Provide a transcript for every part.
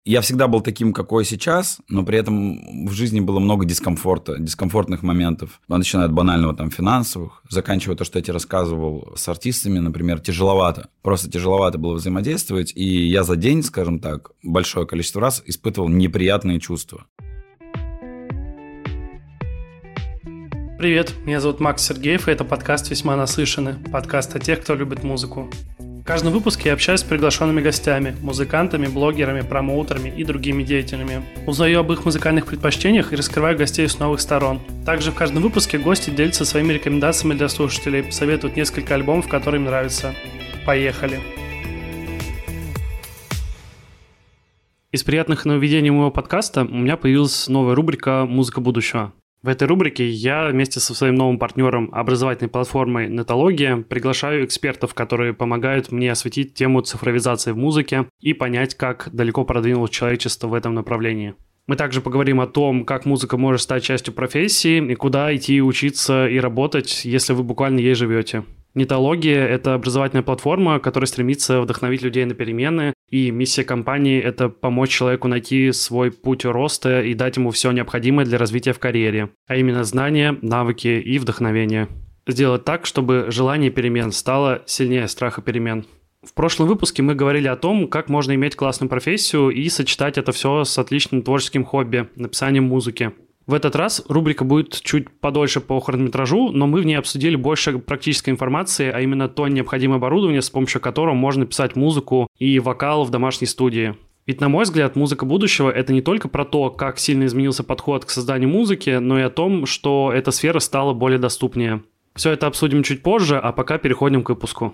Я всегда был таким, какой сейчас, но при этом в жизни было много дискомфорта, дискомфортных моментов. Начиная от банального там финансовых, заканчивая то, что я тебе рассказывал с артистами, например, тяжеловато. Просто тяжеловато было взаимодействовать, и я за день, скажем так, большое количество раз испытывал неприятные чувства. Привет, меня зовут Макс Сергеев, и это подкаст «Весьма насыщенный», подкаст о тех, кто любит музыку. В каждом выпуске я общаюсь с приглашенными гостями, музыкантами, блогерами, промоутерами и другими деятелями. Узнаю об их музыкальных предпочтениях и раскрываю гостей с новых сторон. Также в каждом выпуске гости делятся своими рекомендациями для слушателей, советуют несколько альбомов, которые им нравятся. Поехали! Из приятных нововведений моего подкаста у меня появилась новая рубрика «Музыка будущего». В этой рубрике я вместе со своим новым партнером образовательной платформой Нетология приглашаю экспертов, которые помогают мне осветить тему цифровизации в музыке и понять, как далеко продвинулось человечество в этом направлении. Мы также поговорим о том, как музыка может стать частью профессии и куда идти учиться и работать, если вы буквально ей живете. Нетология – это образовательная платформа, которая стремится вдохновить людей на перемены, и миссия компании – это помочь человеку найти свой путь роста и дать ему все необходимое для развития в карьере, а именно знания, навыки и вдохновение. Сделать так, чтобы желание перемен стало сильнее страха перемен. В прошлом выпуске мы говорили о том, как можно иметь классную профессию и сочетать это все с отличным творческим хобби – написанием музыки. В этот раз рубрика будет чуть подольше по хронометражу, но мы в ней обсудили больше практической информации, а именно то необходимое оборудование, с помощью которого можно писать музыку и вокал в домашней студии. Ведь, на мой взгляд, музыка будущего – это не только про то, как сильно изменился подход к созданию музыки, но и о том, что эта сфера стала более доступнее. Все это обсудим чуть позже, а пока переходим к выпуску.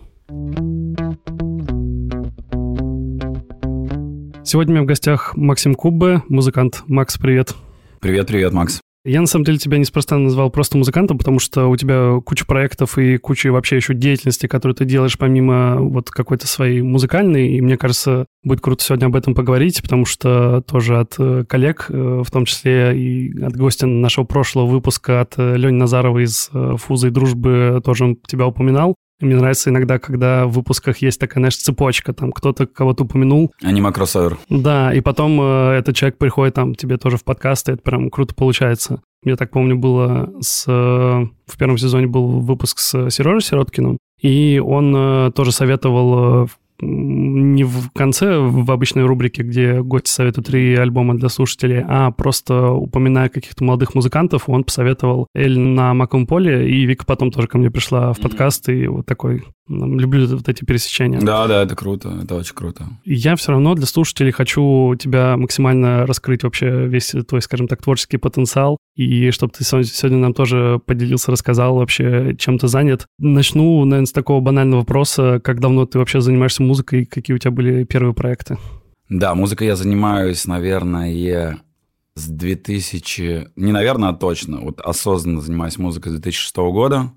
Сегодня у меня в гостях Максим Куббе, музыкант. Макс, привет. Привет, Макс. Я, на самом деле, тебя неспроста назвал просто музыкантом, потому что у тебя куча проектов и куча вообще еще деятельности, которую ты делаешь помимо вот какой-то своей музыкальной, и мне кажется, будет круто сегодня об этом поговорить, потому что тоже от коллег, в том числе и от гостя нашего прошлого выпуска, от Лени Назарова из «Фуза и дружбы» тоже тебя упоминал. И мне нравится иногда, когда в выпусках есть такая, знаешь, цепочка, там кто-то кого-то упомянул. Аниме-кроссовер. Да, и потом этот человек приходит там тебе тоже в подкаст, и это прям круто получается. Я так помню, было в первом сезоне был выпуск с Сережей Сироткиным, и он тоже советовал не в конце, в обычной рубрике, где гости советуют 3 альбома для слушателей, а просто упоминая каких-то молодых музыкантов, он посоветовал Эль на Маковом поле, и Вика потом тоже ко мне пришла в подкаст, и вот такой... Люблю вот эти пересечения. Да, это круто, это очень круто. Я все равно для слушателей хочу тебя максимально раскрыть вообще весь твой, скажем так, творческий потенциал, и чтобы ты сегодня нам тоже поделился, рассказал вообще, чем ты занят. Начну, наверное, с такого банального вопроса, как давно ты вообще занимаешься музыкой, какие у тебя были первые проекты? Да, музыкой я занимаюсь, наверное, с 2000... Не, наверное, а точно. Вот осознанно занимаюсь музыкой с 2006 года.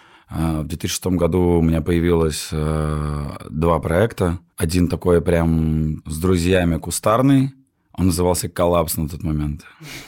В 2006 году у меня появилось 2 проекта. Один такой прям с друзьями кустарный. Он назывался «Коллапс» на тот момент.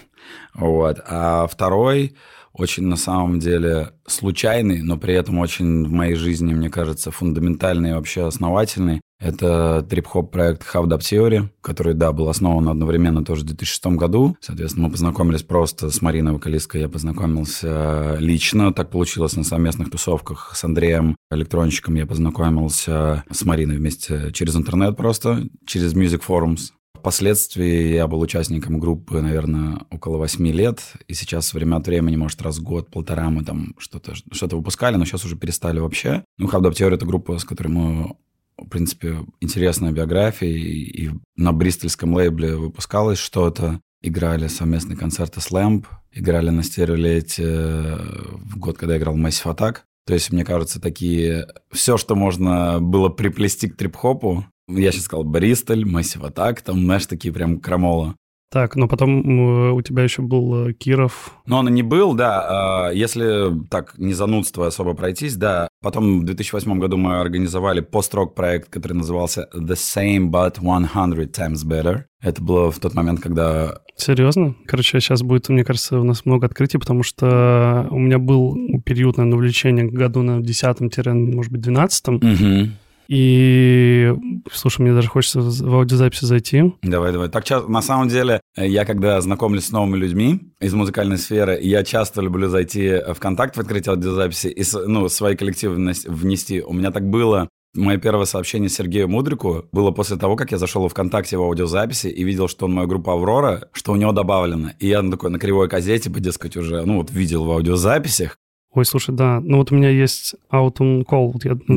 Вот. А второй очень, на самом деле, случайный, но при этом очень в моей жизни, мне кажется, фундаментальный и вообще основательный. Это трип-хоп проект Have Dub Theory, который, да, был основан одновременно тоже в 2006 году. Соответственно, мы познакомились просто с Мариной, вокалисткой. Я познакомился лично. Так получилось на совместных тусовках с Андреем, электронщиком. Я познакомился с Мариной вместе через интернет просто, через Music Forums. Впоследствии я был участником группы, наверное, около 8 лет, и сейчас время от времени, может, раз в год-полтора мы там что-то выпускали, но сейчас уже перестали вообще. Have Dub Theory — это группа, с которой мы, в принципе, интересная биография, и на бристольском лейбле выпускалось что-то. Играли совместные концерты с Lamp, играли на стереолете в год, когда я играл Massive Attack. То есть, мне кажется, такие... Все, что можно было приплести к трип-хопу, я сейчас сказал Бристоль, Massive Attack, там, знаешь, такие прям крамола. Так, но потом у тебя еще был Киров. Но он и не был, да. Если так не занудство особо пройтись, да. Потом в 2008 году мы организовали пост-рок проект, который назывался The Same But 100 Times Better. Это было в тот момент, когда... Серьезно? Короче, сейчас будет, мне кажется, у нас много открытий, потому что у меня был период, наверное, увлечения году на 10-м, может быть, 12-м. Угу. И, слушай, мне даже хочется в аудиозаписи зайти. Давай. Так часто, на самом деле, я когда знакомлюсь с новыми людьми из музыкальной сферы, я часто люблю зайти в контакт, в открытие аудиозаписи и свои коллективы внести. У меня так было. Мое первое сообщение Сергею Мудрику было после того, как я зашел в ВКонтакте в аудиозаписи и видел, что он мою группу «Аврора», что у него добавлено. И я такой на кривой козе, типа, дескать, уже, видел в аудиозаписях. Ой, слушай, да. У меня есть Autumn Call.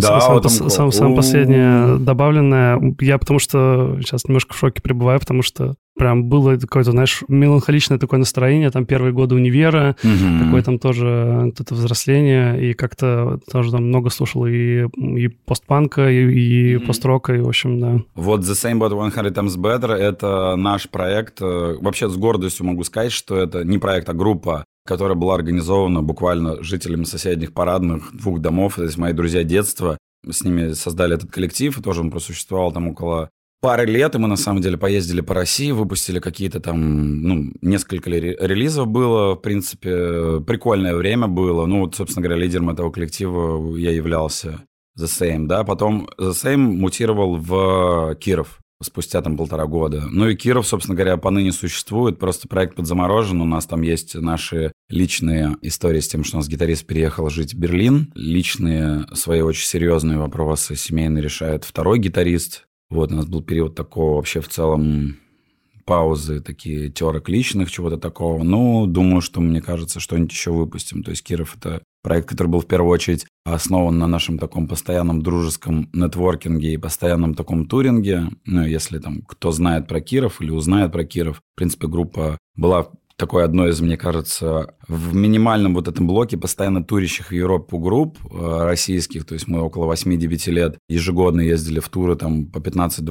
Да, самое последнее добавленное. Я потому что сейчас немножко в шоке пребываю, потому что прям было какое-то, знаешь, меланхоличное такое настроение. Там первые годы универа, такое там тоже это взросление. И как-то тоже там много слушал и постпанка, и пост-рока, и в общем, да. Вот The Same But 100 Times Better — это наш проект. Вообще с гордостью могу сказать, что это не проект, а группа, которая была организована буквально жителями соседних парадных 2 домов. То есть мои друзья детства. С ними создали этот коллектив, и тоже он просуществовал там около пары лет, и мы на самом деле поездили по России, выпустили какие-то там, несколько релизов было, в принципе, прикольное время было. Собственно говоря, лидером этого коллектива я являлся, The Same, да. Потом The Same мутировал в Киров спустя там 1,5 года. И Киров, собственно говоря, поныне существует, просто проект подзаморожен. У нас там есть наши личные истории с тем, что у нас гитарист переехал жить в Берлин. Личные свои очень серьезные вопросы семейные решает второй гитарист. У нас был период такого вообще в целом паузы, такие терок личных, чего-то такого. Думаю, что, мне кажется, что-нибудь еще выпустим. То есть Киров — это проект, который был в первую очередь основан на нашем таком постоянном дружеском нетворкинге и постоянном таком туринге. Если там кто знает про Киров или узнает про Киров, в принципе, группа была такой одной из, мне кажется, в минимальном вот этом блоке постоянно турящих в Европу групп российских. То есть мы около 8-9 лет ежегодно ездили в туры там по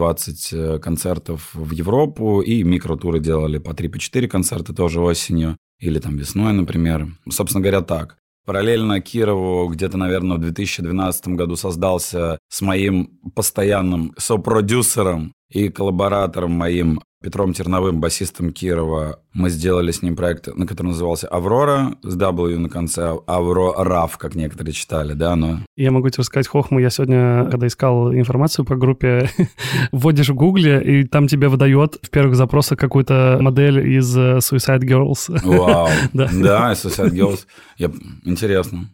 15-20 концертов в Европу, и микротуры делали по 3-4 концерта тоже осенью или там весной, например. Собственно говоря, так. Параллельно Кирову где-то, наверное, в 2012 году создался с моим постоянным сопродюсером и коллаборатором моим Петром Терновым, басистом Кирова. Мы сделали с ним проект, на который назывался «Аврора», с W на конце, «Аврорав», как некоторые читали, да, но... Я могу тебе рассказать хохму. Я сегодня, когда искал информацию по группе, вводишь в Гугле, и там тебе выдает в первых запросах какую-то модель из Suicide Girls. Вау, да, Suicide Girls. Интересно.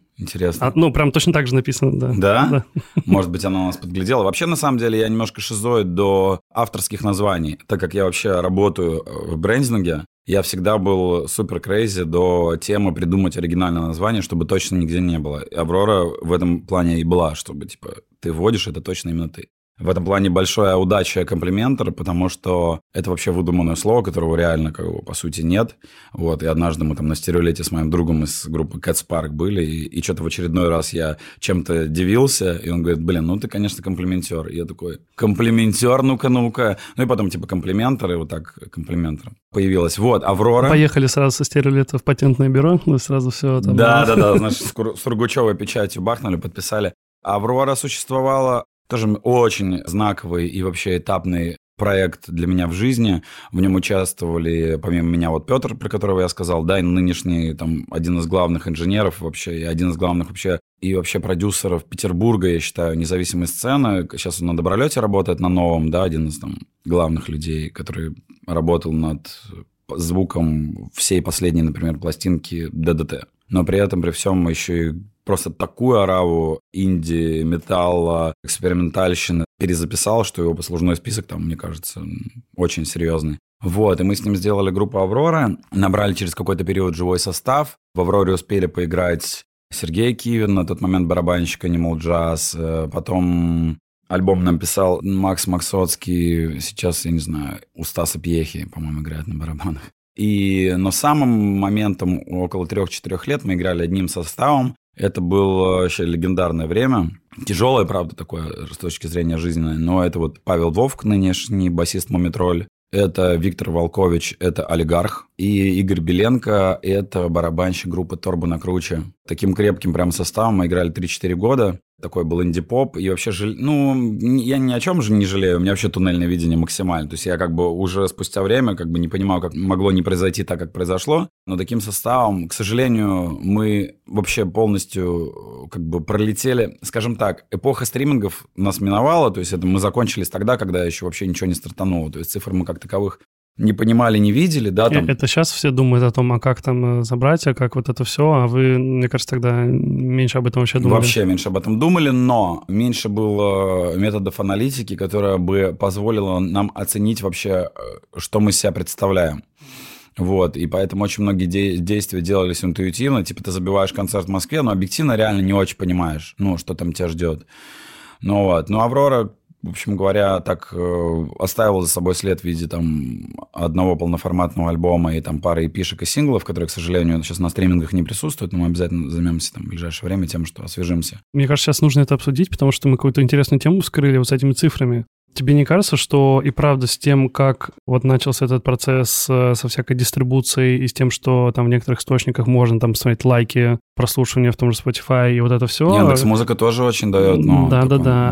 Прям точно так же написано, да. Да? Может быть, она нас подглядела. Вообще, на самом деле, я немножко шизоид до авторских названий. Так как я вообще работаю в брендинге, я всегда был супер крейзи до темы придумать оригинальное название, чтобы точно нигде не было. И «Аврора» в этом плане и была, чтобы, ты вводишь, это точно именно ты. В этом плане большая удача комплиментор, потому что это вообще выдуманное слово, которого реально, по сути, нет. И однажды мы там на стереолете с моим другом из группы Cats Park были, и что-то в очередной раз я чем-то дивился, и он говорит: ты, конечно, комплиментер. И я такой: комплиментер, ну-ка. И потом, комплиментор, и вот так комплиментор появилась. «Аврора». Поехали сразу со стереолета в патентное бюро, сразу все там... Да, значит, с Сургучевой печатью бахнули, подписали. «Аврора» существовала... Тоже очень знаковый и вообще этапный проект для меня в жизни. В нем участвовали, помимо меня, Петр, про которого я сказал, да, и нынешний один из главных инженеров вообще, и один из главных вообще продюсеров Петербурга, я считаю, независимой сцены. Сейчас он на Добролете работает, на Новом, да, один из главных людей, который работал над звуком всей последней, например, пластинки ДДТ. Но при этом, при всем, еще и просто такую ораву инди, металла, экспериментальщины перезаписал, что его послужной список там, мне кажется, очень серьезный. И мы с ним сделали группу «Аврора», набрали через какой-то период живой состав. В «Авроре» успели поиграть Сергей Кивин, на тот момент барабанщик Animal Jazz, потом альбом нам писал Макс Максоцкий, сейчас, я не знаю, у Стаса Пьехи, по-моему, играет на барабанах. Но самым моментом около 3-4 лет мы играли одним составом. Это было вообще легендарное время. Тяжелое, правда, такое с точки зрения жизненной. Но это Павел Вовк, нынешний басист Мумитроль. Это Виктор Волкович, это Олигарх. И Игорь Беленко, это барабанщик группы Торбо на Круче. Таким крепким прям составом мы играли 3-4 года. Такой был инди-поп, и вообще, я ни о чем же не жалею, у меня вообще туннельное видение максимально, то есть я как бы уже спустя время как бы не понимаю, как могло не произойти так, как произошло, но таким составом, к сожалению, мы вообще полностью как бы пролетели, скажем так, эпоха стримингов нас миновала, то есть это мы закончились тогда, когда еще вообще ничего не стартануло, то есть цифр мы как таковых не понимали, не видели, да, там. Это сейчас все думают о том, а как там забрать, а как вот это все, а вы, мне кажется, тогда меньше об этом вообще думали. Вообще меньше об этом думали, но меньше было методов аналитики, которая бы позволила нам оценить вообще, что мы из себя представляем. Вот, и поэтому очень многие действия делались интуитивно, типа ты забиваешь концерт в Москве, но объективно реально не очень понимаешь, что там тебя ждет. Аврора, в общем говоря, так оставила за собой след в виде там одного полноформатного альбома и там пары эпишек и синглов, которые, к сожалению, сейчас на стримингах не присутствуют, но мы обязательно займемся там в ближайшее время тем, что освежимся. Мне кажется, сейчас нужно это обсудить, потому что мы какую-то интересную тему вскрыли вот с этими цифрами. Тебе не кажется, что и правда с тем, как вот начался этот процесс со всякой дистрибуцией и с тем, что там в некоторых источниках можно там смотреть лайки, прослушивания в том же Spotify и вот это все. Яндекс.Музыка тоже очень дает, Да.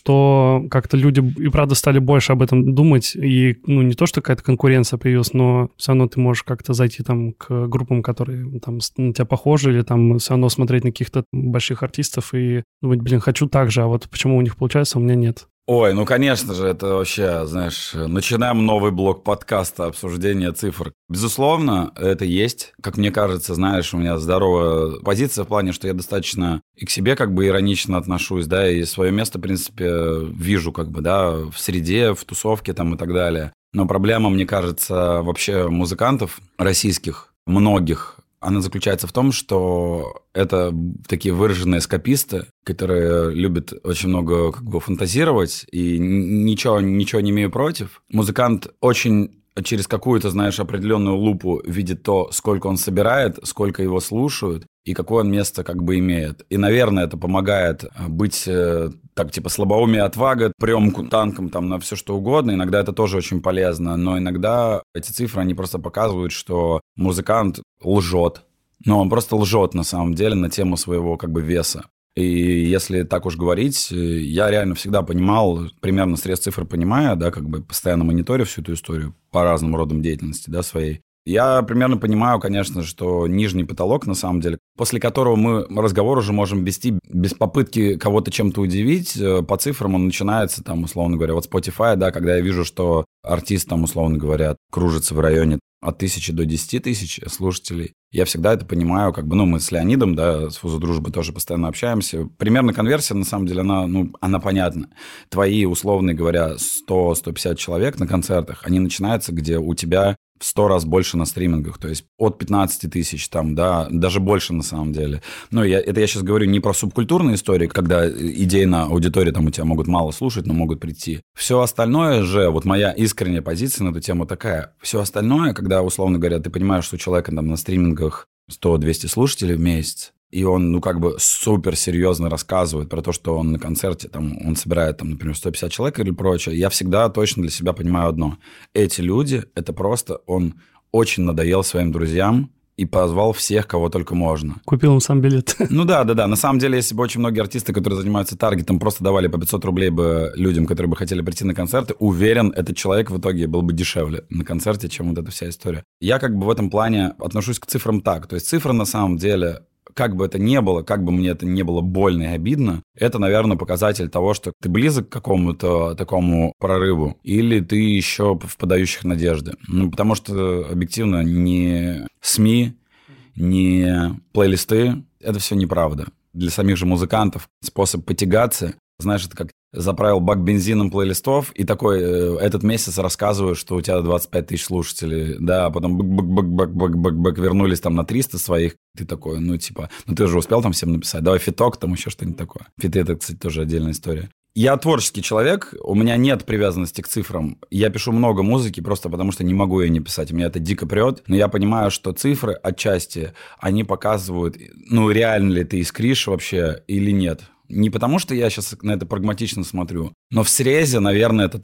Что как-то люди и правда стали больше об этом думать, и не то, что какая-то конкуренция появилась, но все равно ты можешь как-то зайти там к группам, которые там на тебя похожи, или там все равно смотреть на каких-то больших артистов и думать, хочу так же, а вот почему у них получается, а у меня нет. Ой, конечно же, это вообще, знаешь, начинаем новый блок подкаста обсуждения цифр. Безусловно, это есть. Как мне кажется, знаешь, у меня здоровая позиция в плане, что я достаточно и к себе как бы иронично отношусь, да, и свое место, в принципе, вижу как бы, да, в среде, в тусовке там и так далее. Но проблема, мне кажется, вообще музыкантов российских, многих, она заключается в том, что это такие выраженные эскаписты, которые любят очень много как бы фантазировать, и ничего не имею против. Музыкант очень через какую-то, знаешь, определенную лупу видит то, сколько он собирает, сколько его слушают, и какое он место как бы имеет. И, наверное, это помогает быть так, типа, слабоумие, отвага, прём танком там на все что угодно. Иногда это тоже очень полезно, но иногда эти цифры, они просто показывают, что музыкант лжет. Но он просто лжет, на самом деле, на тему своего как бы веса. И если так уж говорить, я реально всегда понимал, примерно срез цифр понимая, да, как бы постоянно мониторю всю эту историю по разным родам деятельности, да, своей. Я примерно понимаю, конечно, что нижний потолок, на самом деле, после которого мы разговор уже можем вести без попытки кого-то чем-то удивить, по цифрам он начинается, там, условно говоря, вот Spotify, да, когда я вижу, что артист, там, условно говоря, кружится в районе от 1000 до 10 тысяч слушателей, я всегда это понимаю, как бы, мы с Леонидом, да, с Фуза Дружбы тоже постоянно общаемся. Примерно конверсия, на самом деле, она понятна. Твои, условно говоря, 100-150 человек на концертах, они начинаются, где у тебя в 100 раз больше на стримингах, то есть от 15 тысяч, там, да, даже больше на самом деле. Это я сейчас говорю не про субкультурные истории, когда идейно аудитория там у тебя могут мало слушать, но могут прийти. Все остальное же, вот моя искренняя позиция на эту тему такая, все остальное, когда, условно говоря, ты понимаешь, что у человека там на стримингах 100-200 слушателей в месяц, и он, как бы супер серьезно рассказывает про то, что он на концерте, там, он собирает, там, например, 150 человек или прочее, я всегда точно для себя понимаю одно. Эти люди, это просто он очень надоел своим друзьям и позвал всех, кого только можно. Купил им сам билет. Да. На самом деле, если бы очень многие артисты, которые занимаются таргетом, просто давали по 500 рублей бы людям, которые бы хотели прийти на концерты, уверен, этот человек в итоге был бы дешевле на концерте, чем вот эта вся история. Я как бы в этом плане отношусь к цифрам так. То есть цифры на самом деле... Как бы это ни было, как бы мне это не было больно и обидно, это, наверное, показатель того, что ты близок к какому-то такому прорыву, или ты еще в подающих надежды. Потому что, объективно, ни СМИ, ни плейлисты — это все неправда. Для самих же музыкантов способ потягаться, знаешь, это как заправил бак бензином плейлистов и такой этот месяц рассказываю, что у тебя 25 тысяч слушателей, да, а потом бэк вернулись там на 300 своих, ты такой, ты уже успел там всем написать, давай фиток, там еще что-нибудь такое. Фиты — это, кстати, тоже отдельная история. Я творческий человек, у меня нет привязанности к цифрам. Я пишу много музыки просто потому, что не могу ее не писать. Меня это дико прет. Но я понимаю, что цифры отчасти, они показывают, реально ли ты искришь вообще или нет. Не потому, что я сейчас на это прагматично смотрю, но в срезе, наверное, это так.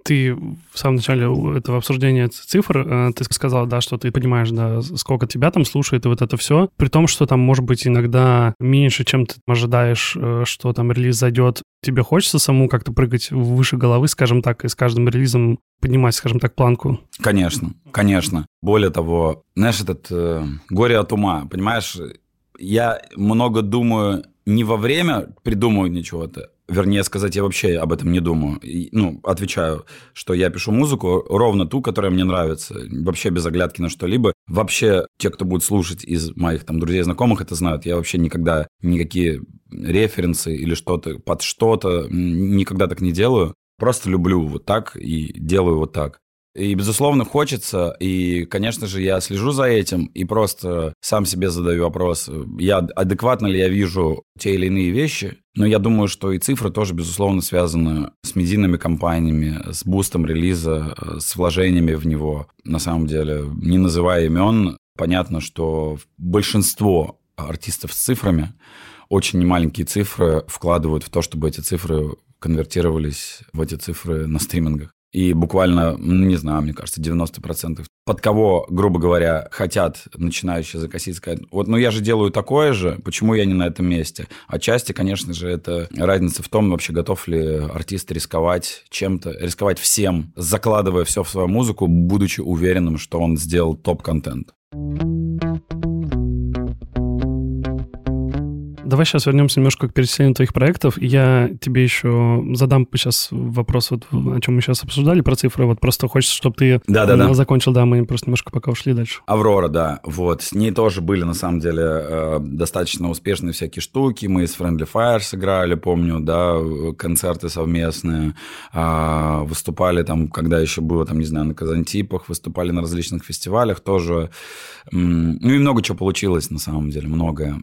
Ты в самом начале этого обсуждения цифр, ты сказал, да, что ты понимаешь, да, сколько тебя там слушает и вот это все. При том, что там может быть иногда меньше, чем ты ожидаешь, что там релиз зайдет. Тебе хочется самому как-то прыгать выше головы, скажем так, и с каждым релизом поднимать, скажем так, планку? Конечно, конечно. Более того, знаешь, горе от ума, понимаешь, я много думаю не во время придумывания чего-то, вернее сказать, я вообще об этом не думаю. Отвечаю, что я пишу музыку ровно ту, которая мне нравится, вообще без оглядки на что-либо. Вообще, те, кто будет слушать из моих там друзей, знакомых, это знают. Я вообще никогда никакие референсы или что-то под что-то никогда так не делаю. Просто люблю вот так и делаю вот так. И, безусловно, хочется, и, конечно же, я слежу за этим и просто сам себе задаю вопрос, адекватно ли я вижу те или иные вещи, но я думаю, что и цифры тоже, безусловно, связаны с медийными компаниями, с бустом релиза, с вложениями в него. На самом деле, не называя имен, понятно, что большинство артистов с цифрами очень немаленькие цифры вкладывают в то, чтобы эти цифры конвертировались в эти цифры на стримингах. И буквально, не знаю, мне кажется, 90%. Под кого, грубо говоря, хотят начинающие закосить, сказать, я же делаю такое же, почему я не на этом месте? Отчасти, конечно же, это разница в том, вообще готов ли артист рисковать чем-то, рисковать всем, закладывая все в свою музыку, будучи уверенным, что он сделал топ-контент. Давай сейчас вернемся немножко к перечислению твоих проектов. Я тебе еще задам сейчас вопрос, о чем мы сейчас обсуждали, про цифры. Просто хочется, чтобы ты закончил. Да, мы просто немножко пока ушли дальше. Аврора, да. С ней тоже были, на самом деле, достаточно успешные всякие штуки. Мы с Friendly Fire сыграли, помню, да, концерты совместные. Выступали там, когда еще было, там, не знаю, на Казантипах, выступали на различных фестивалях тоже. И много чего получилось, на самом деле, многое.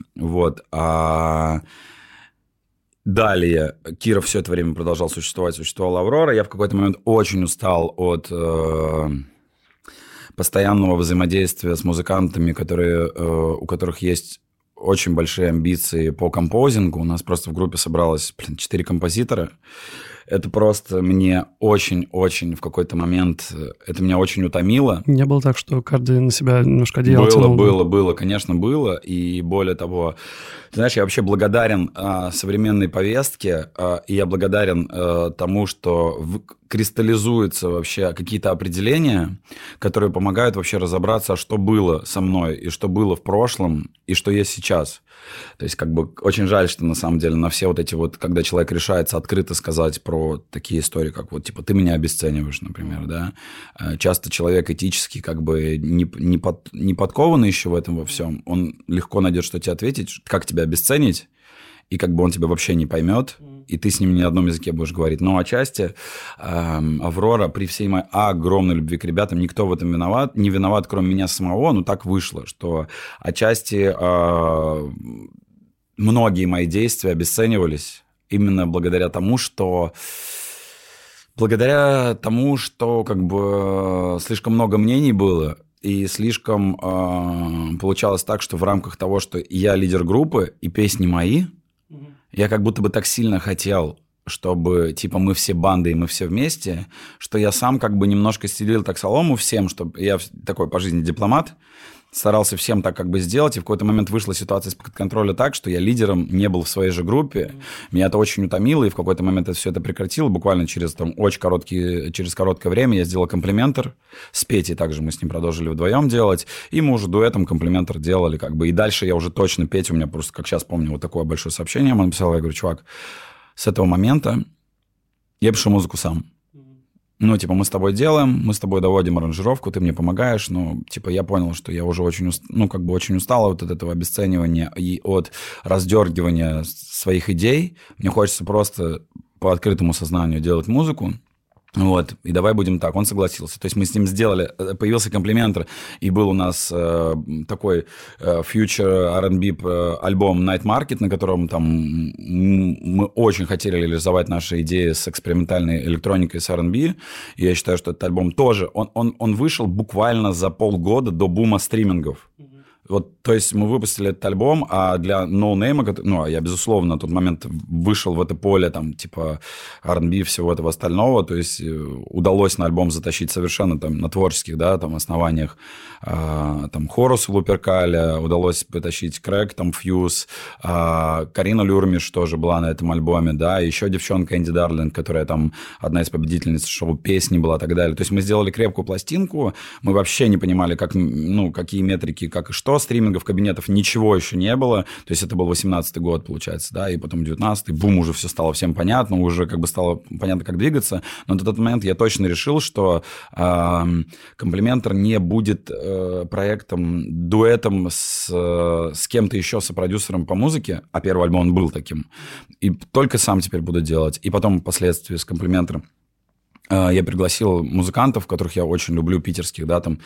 Далее Киров все это время продолжал существовала Аврора. Я в какой-то момент очень устал от постоянного взаимодействия с музыкантами, у которых есть очень большие амбиции по композингу. У нас просто в группе собралось 4 композитора. Это просто мне очень-очень в какой-то момент... Это меня очень утомило. Не было так, что каждый на себя немножко одеяло тянул? Было, конечно, было. И более того, ты знаешь, я вообще благодарен современной повестке, и я благодарен тому, что кристаллизуются вообще какие-то определения, которые помогают вообще разобраться, что было со мной, и что было в прошлом, и что есть сейчас. То есть, очень жаль, что на самом деле на все эти когда человек решается открыто сказать про такие истории, как ты меня обесцениваешь, например, да. Часто человек этически не подкованный еще в этом во всем, он легко найдет, что тебе ответить, как тебя обесценить, и он тебя вообще не поймет, и ты с ним ни на одном языке будешь говорить. Но отчасти Аврора, при всей моей огромной любви к ребятам, никто в этом не виноват, кроме меня самого, но так вышло, что отчасти многие мои действия обесценивались именно благодаря тому, что слишком много мнений было, и слишком получалось так, что в рамках того, что я лидер группы, и песни мои, я как будто бы так сильно хотел, чтобы, мы все банды, и мы все вместе, что я сам немножко стелил так солому всем, чтобы я такой по жизни дипломат, старался всем так сделать, и в какой-то момент вышла ситуация из-под контроля так, что я лидером не был в своей же группе. Меня это очень утомило, и в какой-то момент все это прекратило. Буквально через короткое время я сделал комплиментар. С Петей также мы с ним продолжили вдвоем делать, и мы уже дуэтом комплиментар делали. И дальше я уже точно, Петя, у меня просто, как сейчас помню, такое большое сообщение ему написал. Я говорю, чувак, с этого момента я пишу музыку сам. Мы с тобой делаем, мы с тобой доводим аранжировку, ты мне помогаешь, но, я понял, что я уже очень устал от этого обесценивания и от раздергивания своих идей. Мне хочется просто по открытому сознанию делать музыку. И давай будем так. Он согласился. То есть мы с ним сделали, появился комплиментар, и был у нас такой future R&B альбом Night Market, на котором мы очень хотели реализовать наши идеи с экспериментальной электроникой, с R&B. И я считаю, что этот альбом тоже, он вышел буквально за полгода до бума стримингов. Вот, то есть мы выпустили этот альбом, а для ноунейма, ну, я, безусловно, на тот момент вышел в это поле, там, типа, R&B, всего этого остального, то есть удалось на альбом затащить совершенно там на творческих, да, там, основаниях, там, Хорус Луперкаля, удалось потащить Крэг, там, Фьюз, Карина Люрмиш тоже была на этом альбоме, да, еще девчонка Энди Дарлинг, которая там одна из победительниц шоу «Песни» была и так далее. То есть мы сделали крепкую пластинку, мы вообще не понимали, как, ну, какие метрики, как и что, стримингов, кабинетов, ничего еще не было. То есть это был 18-й год, получается, да, и потом 19-й, бум, уже все стало всем понятно, уже как бы стало понятно, как двигаться. Но на тот момент я точно решил, что Комплиментар не будет проектом, дуэтом с кем-то еще, сопродюсером по музыке, а первый альбом он был таким, и только сам теперь буду делать. И потом впоследствии с Комплиментаром я пригласил музыкантов, которых я очень люблю, питерских, да, там.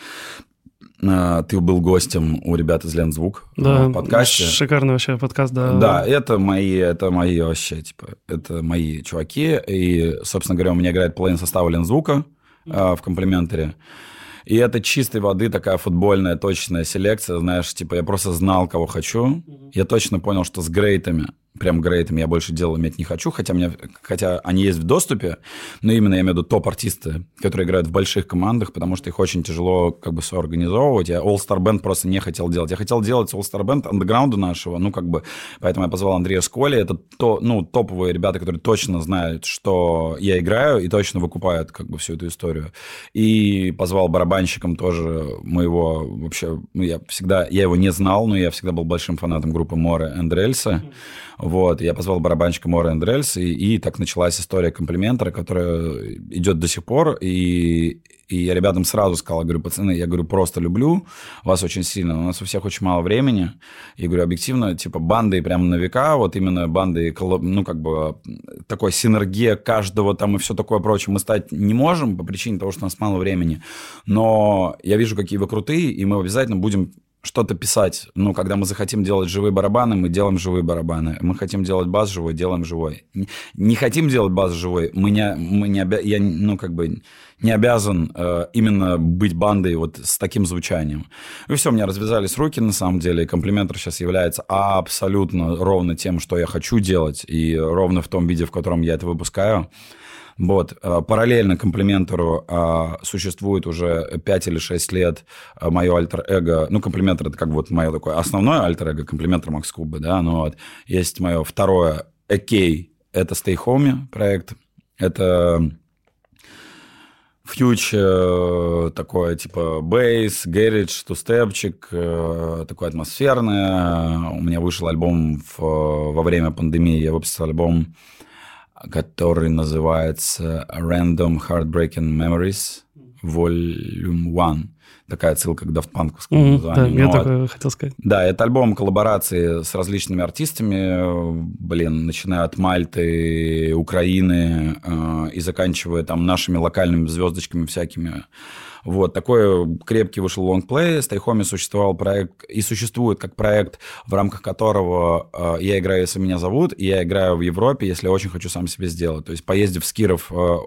Ты был гостем у ребят из Лензвук в подкасте. Шикарный вообще подкаст, да. Да, это мои вообще, типа, это мои чуваки. И, собственно говоря, у меня играет половина состава Лензвука в Комплиментаре. И это чистой воды такая футбольная, точная селекция, знаешь, типа, я просто знал, кого хочу. Я точно понял, что с грейтами, прям грейтами я больше дел иметь не хочу, хотя они есть в доступе, но именно я имею в виду топ-артисты, которые играют в больших командах, потому что их очень тяжело как бы соорганизовывать. Я All-Star Band просто не хотел делать. Я хотел делать All-Star Band андеграунда нашего, ну, как бы, поэтому я позвал Андрея Сколи. Это топовые ребята, которые точно знают, что я играю, и точно выкупают как бы всю эту историю. И позвал барабанщиком тоже моего, вообще, ну, я его не знал, но я всегда был большим фанатом группы Море энд Рельсы. Вот, я позвал барабанщика Море энд Рельс, и так началась история Комплиментара, которая идет до сих пор, и я ребятам сразу сказал, я говорю, пацаны, я говорю, просто люблю вас очень сильно, у нас у всех очень мало времени, и говорю, объективно, типа, бандой прямо на века, вот именно бандой, ну, как бы, такой синергия каждого там и все такое прочее мы стать не можем по причине того, что у нас мало времени, но я вижу, какие вы крутые, и мы обязательно будем что-то писать. Ну, когда мы захотим делать живые барабаны, мы делаем живые барабаны. Мы хотим делать бас живой, делаем живой. Не хотим делать бас живой, я не обязан именно быть бандой вот с таким звучанием. И все, у меня развязались руки, на самом деле. И Комплиментар сейчас является абсолютно ровно тем, что я хочу делать, и ровно в том виде, в котором я это выпускаю. Вот. Параллельно Комплиментару существует уже 5 или 6 лет мое альтер-эго. Ну, Комплиментар — это как бы вот мое такое основное альтер-эго, Комплиментар Макс Кубы, да, ну вот. Есть мое второе Экей, это Stay Home проект, это фьюч такое, типа, бейс, гэридж, тустепчик, такое атмосферное. У меня вышел альбом во время пандемии, я выпустил альбом, который называется Random Heartbreaking Memories Volume 1. Такая отсылка к Daft Punk'овскому названию. Да, я такое хотел сказать. Да, это альбом коллаборации с различными артистами, начиная от Мальты, Украины и заканчивая там нашими локальными звездочками всякими. Вот, такой крепкий вышел лонгплей. Stay Home существовал проект, и существует как проект, в рамках которого я играю, если меня зовут, и я играю в Европе, если очень хочу сам себе сделать. То есть, поездив с Киров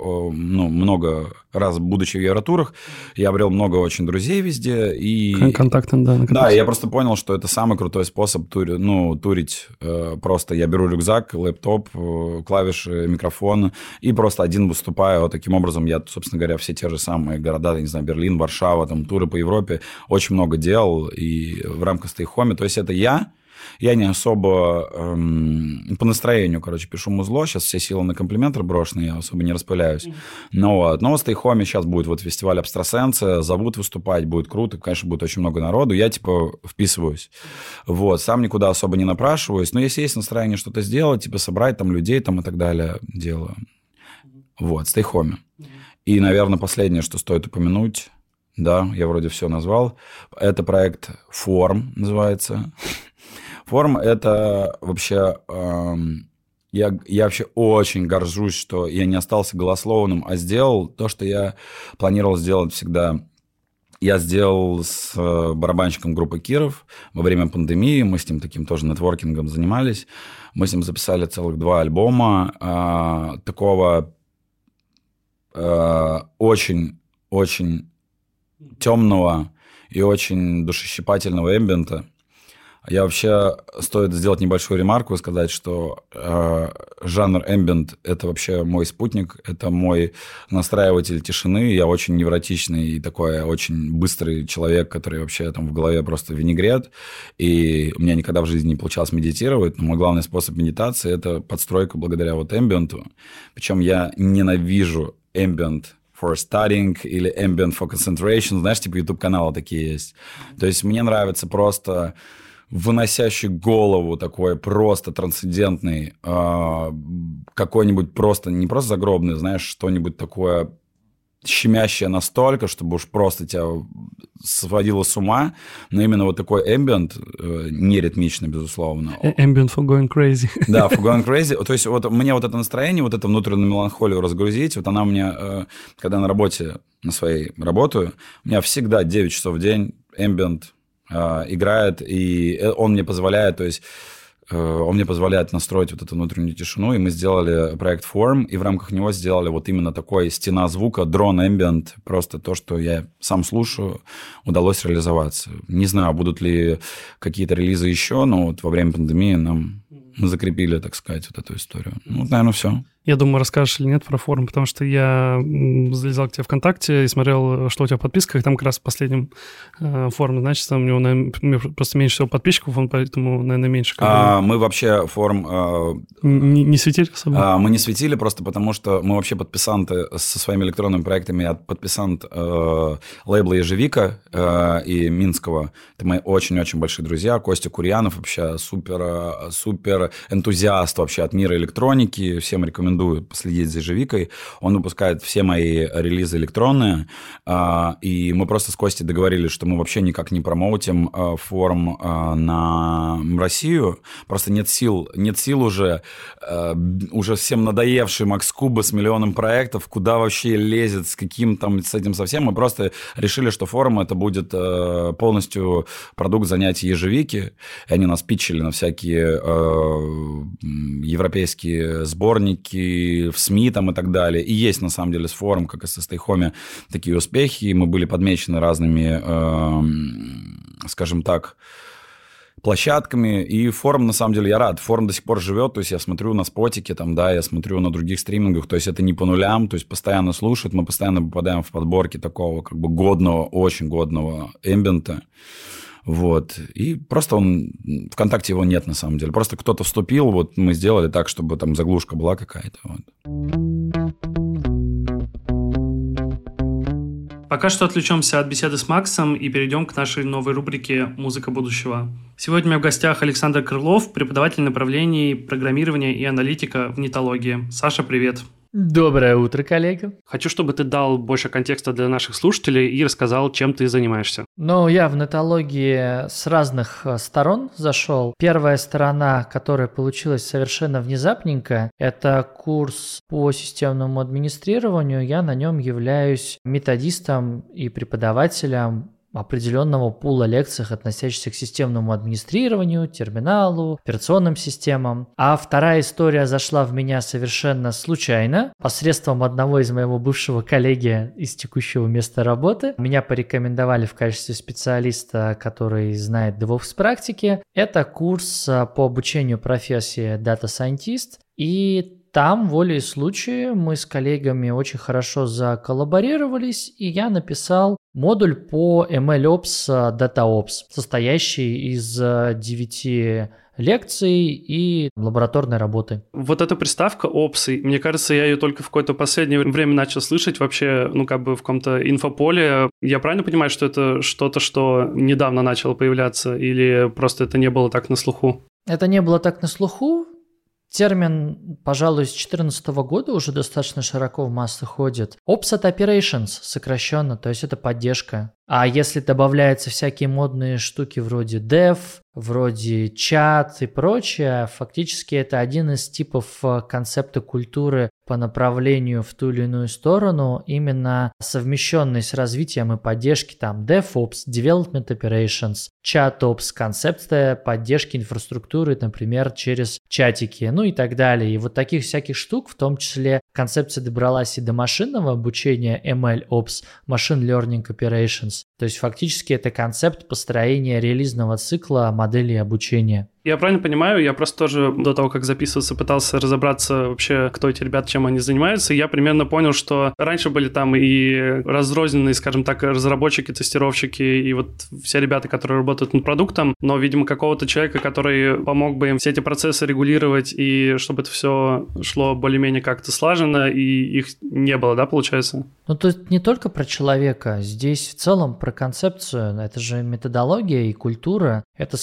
много раз, будучи в Евротурах, я обрел много очень друзей везде. И... Контакты, да. Да, я просто понял, что это самый крутой способ турить. Просто я беру рюкзак, лэптоп, клавиши, микрофон, и просто один выступаю. Таким образом, я, собственно говоря, все те же самые города, я не знаю, Берлин, Варшава, там, туры по Европе, очень много делал, и в рамках Stay Home, то есть это я не особо по настроению, пишу музло, сейчас все силы на Комплиментар брошены, я особо не распыляюсь, но Stay Home сейчас будет вот фестиваль Абстрасенция, зовут выступать, будет круто, конечно, будет очень много народу, я вписываюсь, вот, сам никуда особо не напрашиваюсь, но если есть настроение что-то сделать, собрать там людей там и так далее, делаю, вот, Stay Home. И, наверное, последнее, что стоит упомянуть, да, я вроде все назвал, это проект «Форм» называется. «Форм» — это вообще... Я вообще очень горжусь, что я не остался голословным, а сделал то, что я планировал сделать всегда. Я сделал с барабанщиком группы Киров во время пандемии, мы с ним таким тоже нетворкингом занимались, мы с ним записали целых 2 альбома такого... очень-очень темного и очень душещипательного эмбиента. Я вообще, стоит сделать небольшую ремарку и сказать, что жанр эмбиент – это вообще мой спутник, это мой настраиватель тишины. Я очень невротичный и такой очень быстрый человек, который вообще там в голове просто винегрет. И у меня никогда в жизни не получалось медитировать, но мой главный способ медитации – это подстройка благодаря вот эмбиенту. Причем я ненавижу эмбиент for studying или ambient for concentration. Знаешь, типа YouTube-каналы такие есть. То есть мне нравится просто выносящий голову такой просто трансцендентный, какой-нибудь просто, не просто загробный, знаешь, что-нибудь такое щемящее настолько, чтобы уж просто тебя сводило с ума, но именно вот такой ambient, не ритмичный, безусловно. Ambient for going crazy. Да, for going crazy. То есть вот мне вот это настроение, вот эту внутреннюю меланхолию разгрузить, вот она у меня, когда на работе, на своей работаю, у меня всегда 9 часов в день ambient играет, и он мне позволяет, то есть он мне позволяет настроить вот эту внутреннюю тишину, и мы сделали проект Form, и в рамках него сделали вот именно такой стена звука, дрон ambient, просто то, что я сам слушаю, удалось реализоваться. Не знаю, будут ли какие-то релизы еще, но вот во время пандемии мы закрепили, так сказать, вот эту историю. Ну, вот, наверное, все. Я думаю, расскажешь или нет про форум, потому что я залезал к тебе ВКонтакте и смотрел, что у тебя в подписках. Там как раз в последнем форуме, значит, там у него просто меньше всего подписчиков, он поэтому, наверное, меньше. Мы вообще форум... Не светили особо? Мы не светили просто потому, что мы вообще подписанты со своими электронными проектами. Я подписант лейбла «Ежевика» и Минского. Это мои очень-очень большие друзья. Костя Курьянов вообще супер энтузиаст вообще от мира электроники. Всем рекомендую последить за «Ежевикой». Он выпускает все мои релизы электронные, и мы просто с Костей договорились, что мы вообще никак не промоутим форум на Россию. Просто нет сил уже всем надоевший Макс Куба с миллионом проектов, куда вообще лезет, с каким там, с этим совсем. Мы просто решили, что форум это будет полностью продукт занятий «Ежевики», и они нас питчили на всякие европейские сборники, в СМИ там и так далее. И есть, на самом деле, с форум, как и со Stay Home, такие успехи. И мы были подмечены разными, скажем так, площадками. И форум, на самом деле, я рад. Форум до сих пор живет. То есть я смотрю на спотике, там, да, я смотрю на других стримингах. То есть это не по нулям. То есть постоянно слушают. Мы постоянно попадаем в подборки такого как бы годного, очень годного эмбиента. Вот. И просто ВКонтакте его нет, на самом деле. Просто кто-то вступил, вот мы сделали так, чтобы там заглушка была какая-то. Вот. Пока что отвлечемся от беседы с Максом и перейдем к нашей новой рубрике «Музыка будущего». Сегодня у меня в гостях Александр Крылов, преподаватель направлений программирования и аналитика в нетологии. Саша, привет. Доброе утро, коллега. Хочу, чтобы ты дал больше контекста для наших слушателей и рассказал, чем ты занимаешься. Ну, я в нетологии с разных сторон зашел. Первая сторона, которая получилась совершенно внезапненько, это курс по системному администрированию. Я на нем являюсь методистом и преподавателем определенного пула лекций, относящихся к системному администрированию, терминалу, операционным системам. А вторая история зашла в меня совершенно случайно, посредством одного из моего бывшего коллеги из текущего места работы. Меня порекомендовали в качестве специалиста, который знает DevOps практики. Это курс по обучению профессии Data Scientist. И там, волей случая, мы с коллегами очень хорошо заколлаборировались, и я написал модуль по MLOps DataOps, состоящий из 9 лекций и лабораторной работы. Вот эта приставка Ops, мне кажется, я ее только в какое-то последнее время начал слышать вообще, в каком-то инфополе. Я правильно понимаю, что это что-то, что недавно начало появляться, или просто это не было так на слуху? Это не было так на слуху. Термин, пожалуй, с 2014 года уже достаточно широко в массы ходит. Ops это Operations сокращенно, то есть это поддержка. А если добавляются всякие модные штуки вроде dev, вроде чат и прочее, фактически это один из типов концепта культуры по направлению в ту или иную сторону, именно совмещенный с развитием и поддержки там DevOps, Development Operations, ChatOps, концепция поддержки инфраструктуры, например, через чатики, ну и так далее. И вот таких всяких штук, в том числе концепция добралась и до машинного обучения MLOps, Machine Learning Operations. То есть фактически это концепт построения релизного цикла модели обучения. Я правильно понимаю, я просто тоже до того, как записываться, пытался разобраться вообще, кто эти ребята, чем они занимаются, и я примерно понял, что раньше были там и разрозненные, скажем так, разработчики, тестировщики, и вот все ребята, которые работают над продуктом, но, видимо, какого-то человека, который помог бы им все эти процессы регулировать, и чтобы это все шло более-менее как-то слаженно, и их не было, да, получается? Ну, то есть не только про человека, здесь в целом про концепцию, это же методология и культура, это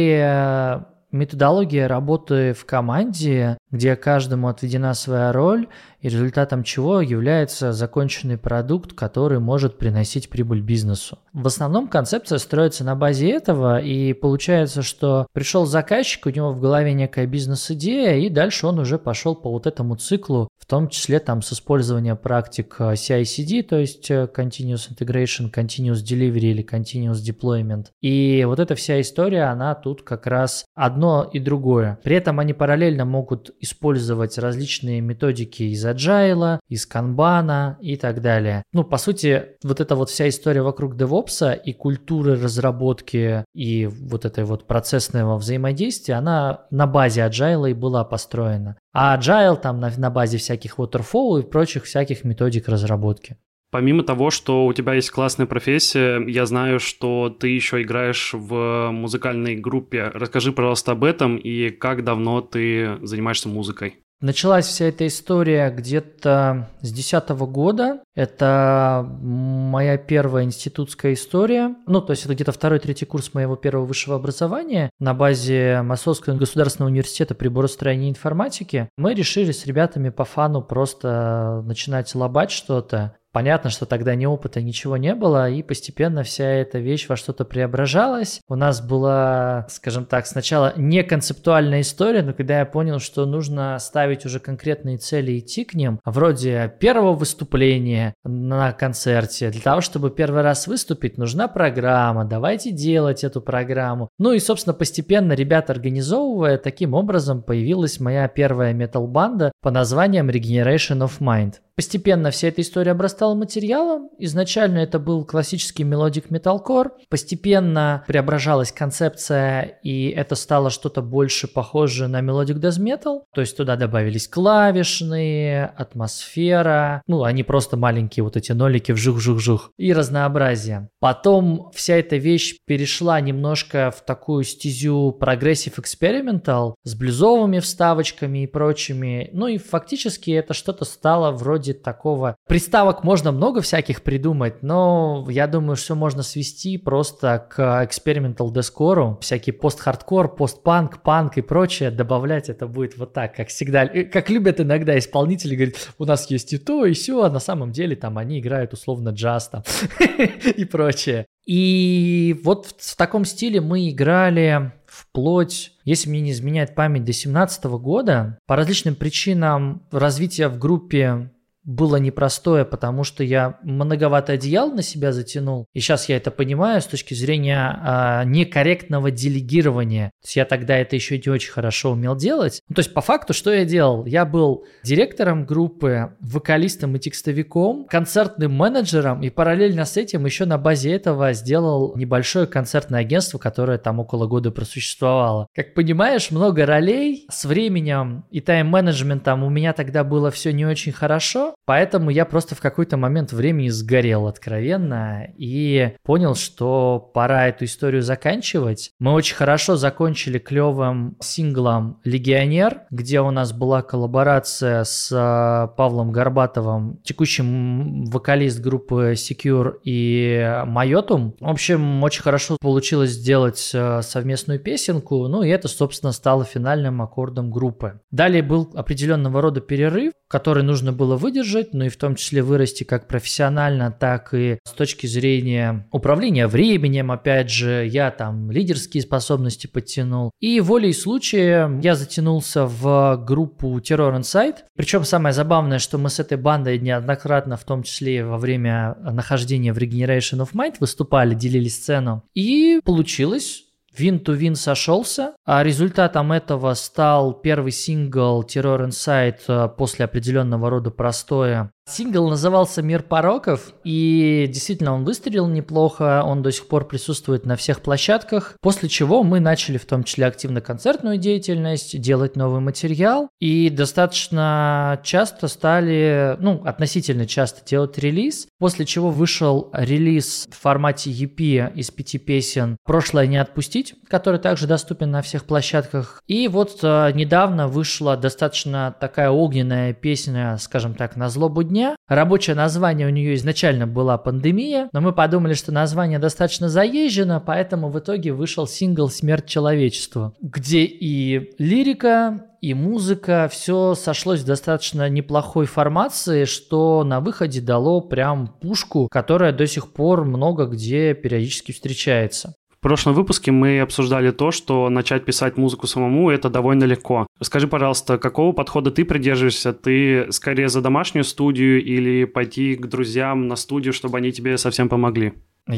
скорее методология работы в команде, где каждому отведена своя роль, и результатом чего является законченный продукт, который может приносить прибыль бизнесу. В основном концепция строится на базе этого, и получается, что пришел заказчик, у него в голове некая бизнес-идея, и дальше он уже пошел по вот этому циклу, в том числе там с использованием практик CI/CD, то есть Continuous Integration, Continuous Delivery или Continuous Deployment. И вот эта вся история, она тут как раз одно и другое. При этом они параллельно могут использовать различные методики из Agile, из Kanban и так далее. Ну, по сути, вот эта вот вся история вокруг DevOps и культуры разработки и вот этой вот процессного взаимодействия, она на базе Agile и была построена. А Agile там на базе всяких Waterfall и прочих всяких методик разработки. Помимо того, что у тебя есть классная профессия, я знаю, что ты еще играешь в музыкальной группе. Расскажи, пожалуйста, об этом и как давно ты занимаешься музыкой. Началась вся эта история где-то с 2010 года. Это моя первая институтская история. Ну, то есть это где-то 2-3 курс моего первого высшего образования. На базе Московского государственного университета приборостроения и информатики мы решили с ребятами по фану просто начинать лобать что-то. Понятно, что тогда ни опыта, ничего не было, и постепенно вся эта вещь во что-то преображалась. У нас была, скажем так, сначала не концептуальная история, но когда я понял, что нужно ставить уже конкретные цели и идти к ним, вроде первого выступления на концерте, для того, чтобы первый раз выступить, нужна программа, давайте делать эту программу. Ну и, собственно, постепенно ребята организовывая, таким образом появилась моя первая метал-банда по названием Regeneration of Mind. Постепенно вся эта история обрастала материалом. Изначально это был классический мелодик металкор. Постепенно преображалась концепция, и это стало что-то больше похожее на мелодик death metal. То есть туда добавились клавишные, атмосфера. Ну, они просто маленькие вот эти нолики вжух-жух-жух. И разнообразие. Потом вся эта вещь перешла немножко в такую стезю прогрессив экспериментал с блюзовыми вставочками и прочими. Ну и фактически это что-то стало вроде такого. Приставок можно много всяких придумать, но я думаю, все можно свести просто к experimental deathcore, всякий пост-хардкор, пост-панк, панк и прочее, добавлять это будет вот так, как всегда. Как любят иногда исполнители, говорят, у нас есть и то, и сё, а на самом деле там они играют условно джаз там и прочее. И вот в таком стиле мы играли вплоть, если мне не изменяет память, до 2017 года. По различным причинам развитие в группе было непростое, потому что я многовато одеял на себя затянул. И сейчас я это понимаю с точки зрения некорректного делегирования. То есть я тогда это еще не очень хорошо умел делать. Ну, то есть по факту, что я делал? Я был директором группы, вокалистом и текстовиком, концертным менеджером, и параллельно с этим еще на базе этого сделал небольшое концертное агентство, которое там около года просуществовало. Как понимаешь, много ролей. С временем и тайм-менеджментом у меня тогда было все не очень хорошо. Поэтому я просто в какой-то момент времени сгорел откровенно и понял, что пора эту историю заканчивать. Мы очень хорошо закончили клевым синглом «Легионер», где у нас была коллаборация с Павлом Горбатовым, текущим вокалист группы Secure и Майотум. В общем, очень хорошо получилось сделать совместную песенку, ну и это, собственно, стало финальным аккордом группы. Далее был определенного рода перерыв, который нужно было выдержать, выдержать, но и в том числе вырасти как профессионально, так и с точки зрения управления временем. Опять же, я там лидерские способности подтянул. И волей случая я затянулся в группу Terror Inside. Причем самое забавное, что мы с этой бандой неоднократно, в том числе во время нахождения в Regeneration of Mind, выступали, делили сцену. И получилось. Win-to-win сошелся, а результатом этого стал первый сингл Terror Inside после определенного рода простоя. Сингл назывался «Мир пороков», и действительно он выстрелил неплохо, он до сих пор присутствует на всех площадках, после чего мы начали в том числе активно концертную деятельность, делать новый материал, и достаточно часто стали, относительно часто делать релиз, после чего вышел релиз в формате EP из 5 песен «Прошлое не отпустить», который также доступен на всех площадках, и вот недавно вышла достаточно такая огненная песня, скажем так, «На злобу дня». Рабочее название у нее изначально была «Пандемия», но мы подумали, что название достаточно заезжено, поэтому в итоге вышел сингл «Смерть человечеству», где и лирика, и музыка, все сошлось в достаточно неплохой формации, что на выходе дало прям пушку, которая до сих пор много где периодически встречается. В прошлом выпуске мы обсуждали то, что начать писать музыку самому – это довольно легко. Скажи, пожалуйста, какого подхода ты придерживаешься? Ты скорее за домашнюю студию или пойти к друзьям на студию, чтобы они тебе совсем помогли?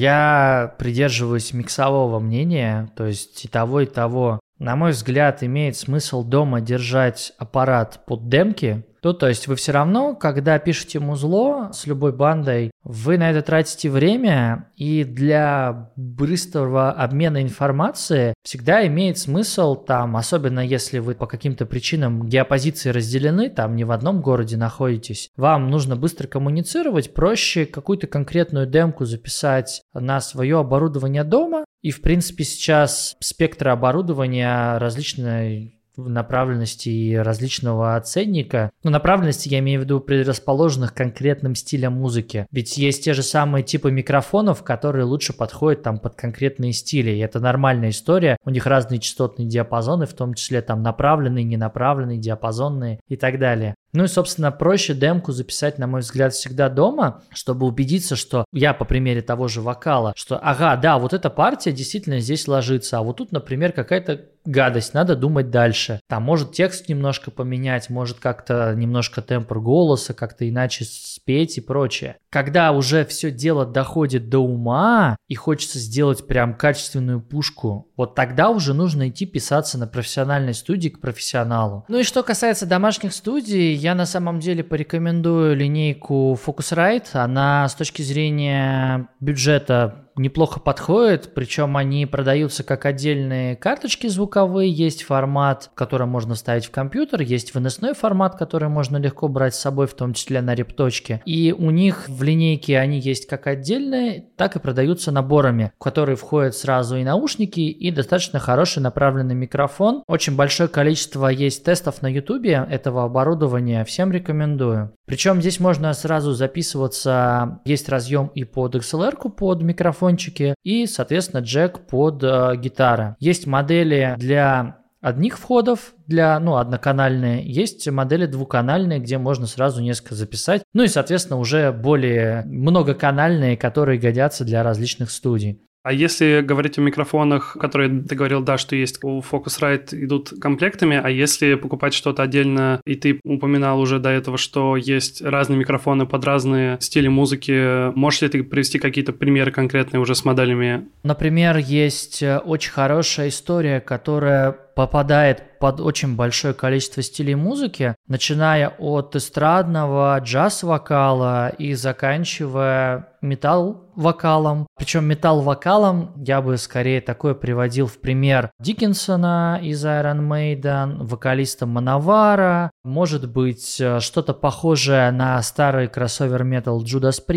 Я придерживаюсь миксового мнения, то есть и того, и того. На мой взгляд, имеет смысл дома держать аппарат под демки. То есть вы все равно, когда пишете музло с любой бандой, вы на это тратите время, и для быстрого обмена информацией всегда имеет смысл, там, особенно если вы по каким-то причинам геопозиции разделены, там не в одном городе находитесь, вам нужно быстро коммуницировать, проще какую-то конкретную демку записать на свое оборудование дома, и в принципе сейчас спектр оборудования различной направленности и различного ценника. Направленности я имею в виду предрасположенных к конкретным стилям музыки. Ведь есть те же самые типы микрофонов, которые лучше подходят там под конкретные стили. И это нормальная история. У них разные частотные диапазоны, в том числе там направленные, ненаправленные, диапазонные и так далее. И, собственно, проще демку записать, на мой взгляд, всегда дома, чтобы убедиться, что я по примере того же вокала, что, вот эта партия действительно здесь ложится, а вот тут, например, какая-то гадость, надо думать дальше. Там может текст немножко поменять, может как-то немножко тембр голоса, как-то иначе спеть и прочее. Когда уже все дело доходит до ума и хочется сделать прям качественную пушку, вот тогда уже нужно идти писаться на профессиональной студии к профессионалу. И что касается домашних студий, я на самом деле порекомендую линейку Focusrite. Она с точки зрения бюджета неплохо подходит, причем они продаются как отдельные карточки звуковые, есть формат, который можно вставить в компьютер, есть выносной формат, который можно легко брать с собой, в том числе на репточке. И у них в линейке они есть как отдельные, так и продаются наборами, в которые входят сразу и наушники, и достаточно хороший направленный микрофон. Очень большое количество есть тестов на YouTube этого оборудования, всем рекомендую. Причем здесь можно сразу записываться, есть разъем и под XLR-ку, под микрофончики, и, соответственно, джек под гитары. Есть модели для одних входов, для, одноканальные, есть модели двухканальные, где можно сразу несколько записать, и, соответственно, уже более многоканальные, которые годятся для различных студий. А если говорить о микрофонах, которые ты говорил, что есть у Focusrite, идут комплектами, а если покупать что-то отдельно, и ты упоминал уже до этого, что есть разные микрофоны под разные стили музыки, можешь ли ты привести какие-то примеры конкретные уже с моделями? Например, есть очень хорошая история, которая попадает под очень большое количество стилей музыки, начиная от эстрадного, джаз-вокала и заканчивая метал-вокалом. Причем метал-вокалом я бы скорее такое приводил в пример Диккенсона из Iron Maiden, вокалиста Мановара, может быть что-то похожее на старый кроссовер-метал Judas Priest.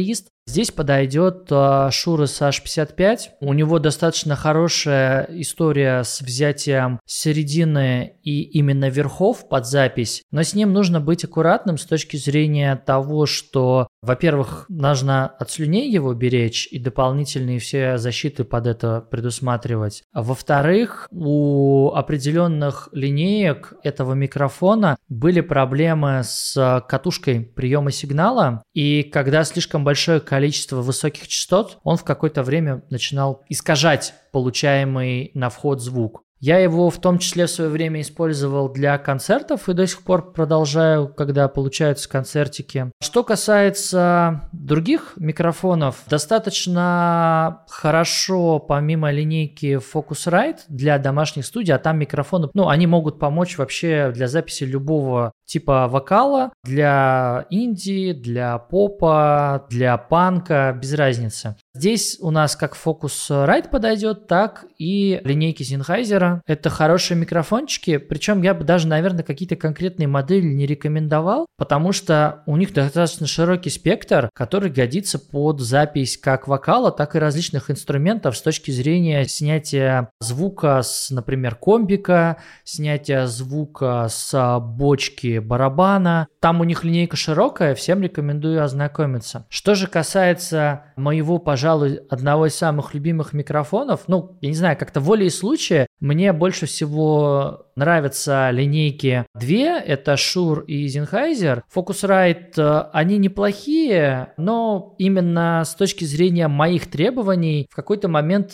Здесь подойдет Shure SH55. У него достаточно хорошая история с взятием середины и именно верхов под запись, но с ним нужно быть аккуратным с точки зрения того, что, во-первых, нужно от слюней его беречь и дополнительные все защиты под это предусматривать. А во-вторых, у определенных линеек этого микрофона были проблемы с катушкой приема сигнала, и когда слишком большое количество высоких частот, он в какое-то время начинал искажать получаемый на вход звук. Я его в том числе в свое время использовал для концертов и до сих пор продолжаю, когда получаются концертики. Что касается других микрофонов, достаточно хорошо помимо линейки Focusrite для домашних студий, а там микрофоны, они могут помочь вообще для записи любого типа вокала, для инди, для попа, для панка, без разницы. Здесь у нас как Focusrite подойдет, так и линейки Sennheiser. Это хорошие микрофончики, причем я бы даже, наверное, какие-то конкретные модели не рекомендовал, потому что у них достаточно широкий спектр, который годится под запись как вокала, так и различных инструментов с точки зрения снятия звука с, например, комбика, снятия звука с бочки барабана. Там у них линейка широкая, всем рекомендую ознакомиться. Что же касается моего, пожалуй, одного из самых любимых микрофонов, я не знаю, как-то волей случая, мне больше всего нравятся линейки две, это Shure и Sennheiser. Focusrite, они неплохие, но именно с точки зрения моих требований в какой-то момент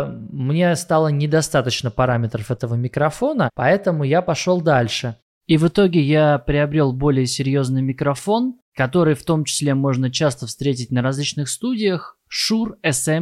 мне стало недостаточно параметров этого микрофона, поэтому я пошел дальше. И в итоге я приобрел более серьезный микрофон, который в том числе можно часто встретить на различных студиях, Shure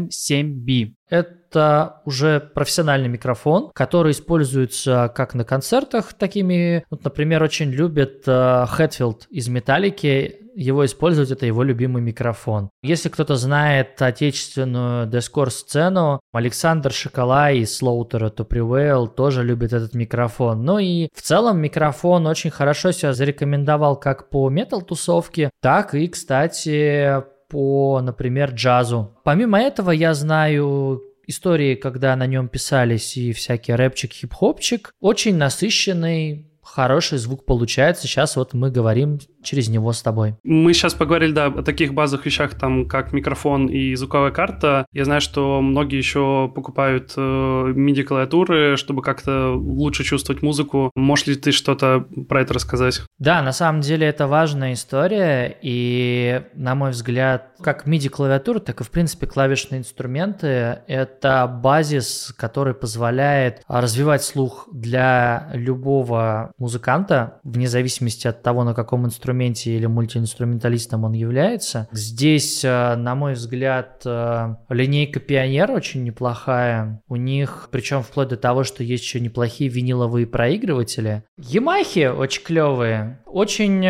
SM7B. Это уже профессиональный микрофон, который используется как на концертах такими, например, очень любит Хэтфилд из Металлики, его использовать, это его любимый микрофон. Если кто-то знает отечественную дескор-сцену, Александр Шоколай из Slaughter to Prevail тоже любит этот микрофон. И в целом микрофон очень хорошо себя зарекомендовал как по метал-тусовке, так и, кстати, по, например, джазу. Помимо этого, я знаю истории, когда на нем писались и всякий рэпчик, хип-хопчик. Очень насыщенный, хороший звук получается. Сейчас мы говорим через него с тобой. Мы сейчас поговорили, о таких базовых вещах, как микрофон и звуковая карта. Я знаю, что многие еще покупают MIDI-клавиатуры, чтобы как-то лучше чувствовать музыку. Можешь ли ты что-то про это рассказать? Да, на самом деле это важная история, и, на мой взгляд, как MIDI-клавиатура, так и, в принципе, клавишные инструменты — это базис, который позволяет развивать слух для любого музыканта, вне зависимости от того, на каком инструменте или мультиинструменталистом он является. Здесь, на мой взгляд, линейка Pioneer очень неплохая. У них, причем вплоть до того, что есть еще неплохие виниловые проигрыватели. Yamaha очень клевые. Очень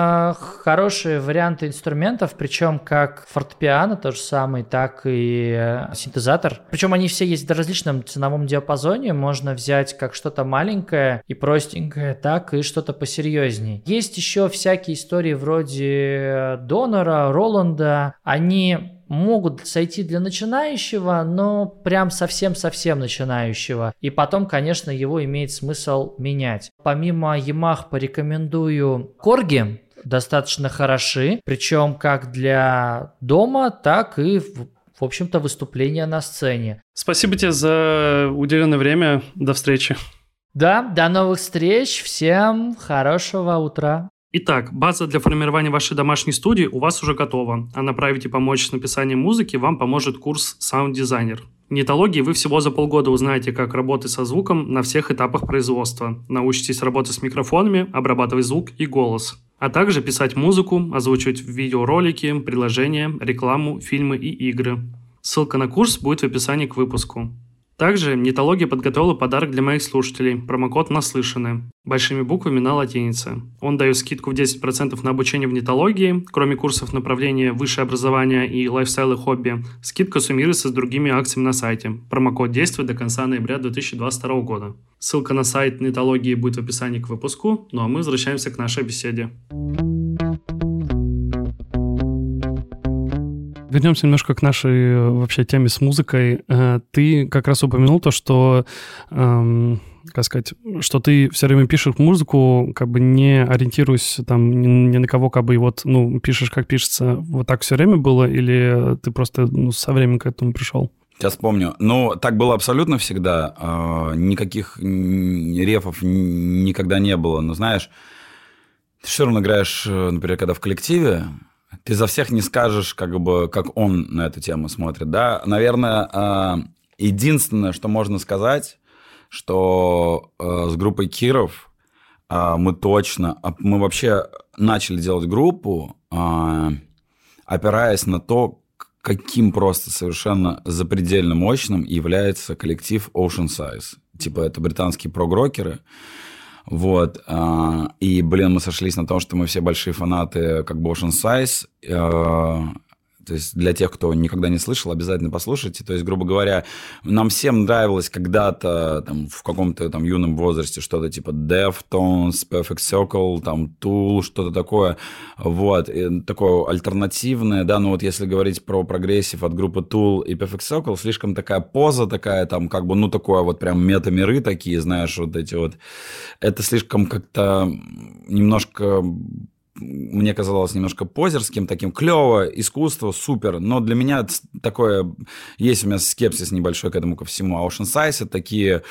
хорошие варианты инструментов, причем как фортепиано, то же самое, так и синтезатор. Причем они все есть в различном ценовом диапазоне. Можно взять как что-то маленькое и простенькое, так и что-то посерьезней. Есть еще всякие истории вроде Донора, Роланда. Они могут сойти для начинающего, но прям совсем-совсем начинающего. И потом, конечно, его имеет смысл менять. Помимо Yamaha порекомендую Корги. Достаточно хороши, причем как для дома, так и в общем-то, выступления на сцене. Спасибо тебе за уделенное время. До встречи. Да, до новых встреч. Всем хорошего утра. Итак, база для формирования вашей домашней студии у вас уже готова, а направить и помочь с написанием музыки вам поможет курс «Саунд-дизайнер». В Нетологии вы всего за полгода узнаете, как работать со звуком на всех этапах производства, научитесь работать с микрофонами, обрабатывать звук и голос, а также писать музыку, озвучивать видеоролики, приложения, рекламу, фильмы и игры. Ссылка на курс будет в описании к выпуску. Также Нетология подготовила подарок для моих слушателей, промокод «Наслышаны», большими буквами на латинице. Он дает скидку в 10% на обучение в Нетологии, кроме курсов направления высшее образование и лайфстайл и хобби. Скидка суммируется с другими акциями на сайте. Промокод действует до конца ноября 2022 года. Ссылка на сайт Нетологии будет в описании к выпуску, а мы возвращаемся к нашей беседе. Вернемся немножко к нашей вообще теме с музыкой. Ты как раз упомянул то, что, как сказать, что ты все время пишешь музыку, как бы не ориентируясь там ни на кого, как бы, и вот, ну, пишешь, как пишется. Вот так все время было, или ты просто со временем к этому пришел? Сейчас помню. Ну, так было абсолютно всегда. Никаких рефов никогда не было. Но знаешь, ты все равно играешь, например, когда в коллективе, ты за всех не скажешь, как бы, как он на эту тему смотрит, да? Наверное, единственное, что можно сказать, что с группой Киров мы вообще начали делать группу, опираясь на то, каким просто совершенно запредельно мощным является коллектив Ocean Size. Типа это британские прогрокеры. Вот. И, мы сошлись на том, что мы все большие фанаты как бы Ocean Size. То есть для тех, кто никогда не слышал, обязательно послушайте. То есть, грубо говоря, нам всем нравилось когда-то там, в каком-то там юном возрасте что-то типа Deftones, Perfect Circle, там Tool, что-то такое. Вот. И такое альтернативное, да, ну вот если говорить про прогрессив от группы Tool и Perfect Circle, слишком такая поза такая, там как бы, ну такое вот прям мета-миры такие, знаешь, вот эти вот. Это слишком как-то немножко... Мне казалось немножко позерским, таким клево, искусство, супер. Но для меня такое... Есть у меня скепсис небольшой к этому ко всему. А Ocean Size — это такие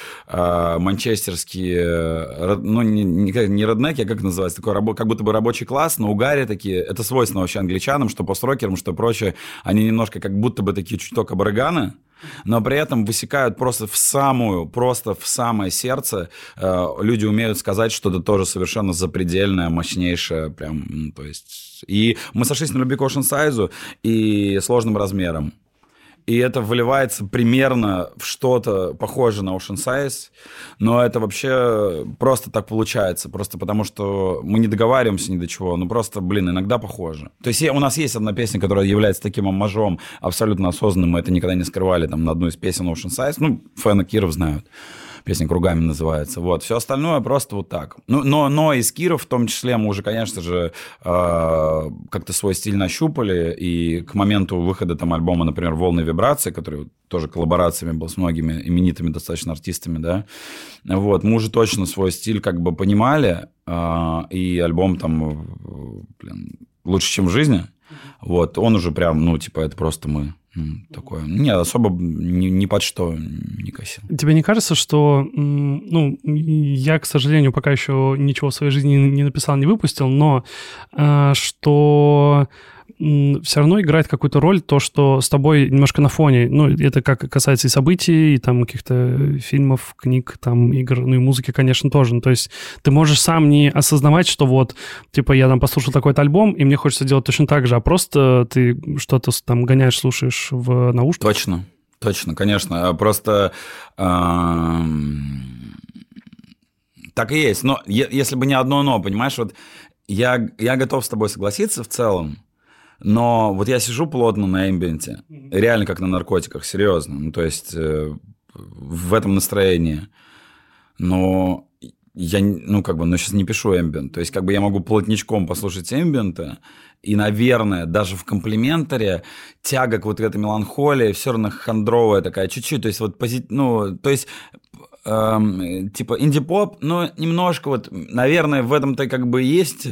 манчестерские... Ну, не реднеки, а как это называется? Такой, как будто бы рабочий класс, но угари такие. Это свойственно вообще англичанам, что построкерам, что прочее. Они немножко как будто бы такие чуток абориганы, но при этом высекают просто в самое сердце. Люди умеют сказать что-то тоже совершенно запредельное, мощнейшее, прям, ну, то есть... И мы сошлись на любви к Ocean Size и сложным размером. И это выливается примерно в что-то похожее на Ocean Size, но это вообще просто так получается, просто потому что мы не договариваемся ни до чего, ну просто, иногда похоже. То есть у нас есть одна песня, которая является таким оммажом абсолютно осознанным, мы это никогда не скрывали там на одну из песен Ocean Size, ну, фэны Киров знают. Песня «Кругами» называется. Вот. Все остальное просто вот так. Но из Киров в том числе мы уже, конечно же, как-то свой стиль нащупали. И к моменту выхода там альбома, например, «Волны вибрации», который тоже коллаборациями был с многими именитыми достаточно артистами, да, вот, мы уже точно свой стиль как бы понимали. И альбом там, «Лучше, чем в жизни», вот, он уже прям, ну, типа, это просто мы. Такое. Нет, особо ни под что не косил. Тебе не кажется, что, ну, я, к сожалению, пока еще ничего в своей жизни не написал, не выпустил, но что все равно играет какую-то роль то, что с тобой немножко на фоне, ну, это как касается и событий, и там каких-то фильмов, книг, там, игр, ну, и музыки, конечно, тоже. Ну, то есть ты можешь сам не осознавать, что вот, типа, я там послушал такой-то альбом, и мне хочется делать точно так же, а просто ты что-то там гоняешь, слушаешь в наушниках. Точно, конечно. Просто так и есть. Но если бы не одно «но», понимаешь, вот я готов с тобой согласиться в целом, но вот я сижу плотно на эмбиенте, реально как на наркотиках, серьезно. Ну, то есть в этом настроении. Но я, сейчас не пишу эмбиент. То есть как бы я могу плотничком послушать эмбиента, и, наверное, даже в комплиментаре тяга к вот этой меланхолии все равно хандровая такая, чуть-чуть. То есть вот то есть... типа инди-поп, но немножко вот, наверное, в этом-то как бы есть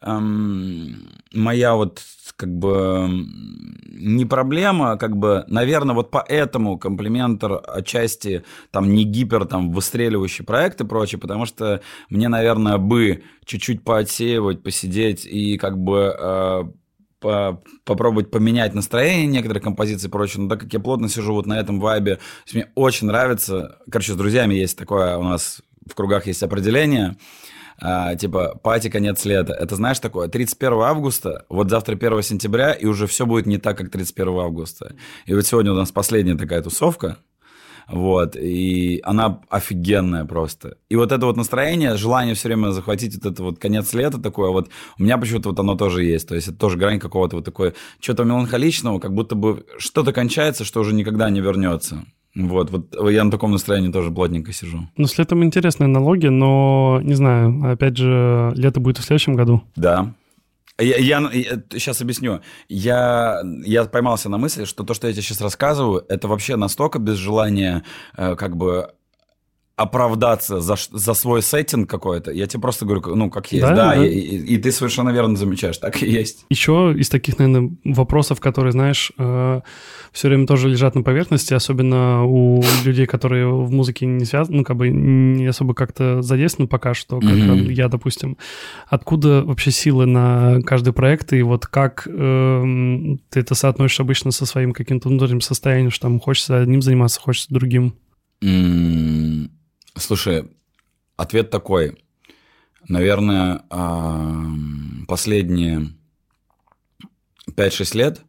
моя вот как бы не проблема, как бы, наверное, вот поэтому комплиментар отчасти там не гипер там выстреливающий проект и прочее, потому что мне, наверное, бы чуть-чуть поотсеивать, посидеть и как бы попробовать поменять настроение некоторых композиций и прочее, но так как я плотно сижу вот на этом вайбе, мне очень нравится, короче, с друзьями есть такое, у нас в кругах есть определение, типа пати конец лета, это знаешь такое, 31 августа, вот завтра 1 сентября, и уже все будет не так, как 31 августа, и вот сегодня у нас последняя такая тусовка, вот, и она офигенная просто. И вот это вот настроение, желание все время захватить вот это вот конец лета такое, вот у меня почему-то вот оно тоже есть, то есть это тоже грань какого-то вот такое, чего-то меланхоличного, как будто бы что-то кончается, что уже никогда не вернется. Вот я на таком настроении тоже плотненько сижу. Ну, с летом интересная аналогия, но, не знаю, опять же, лето будет в следующем году. Да. Я сейчас объясню. Я поймался на мысли, что то, что я тебе сейчас рассказываю, это вообще настолько без желания как бы оправдаться за свой сеттинг какой-то. Я тебе просто говорю, ну, как есть. Да. И ты совершенно верно замечаешь, так и есть. Еще из таких, наверное, вопросов, которые, знаешь, все время тоже лежат на поверхности, особенно у людей, которые в музыке не связаны, ну, как бы не особо как-то задействованы пока что, как я, допустим. Откуда вообще силы на каждый проект, и вот как ты это соотносишь обычно со своим каким-то внутренним состоянием, что там хочется одним заниматься, хочется другим? Слушай, ответ такой. Наверное, последние 5-6 лет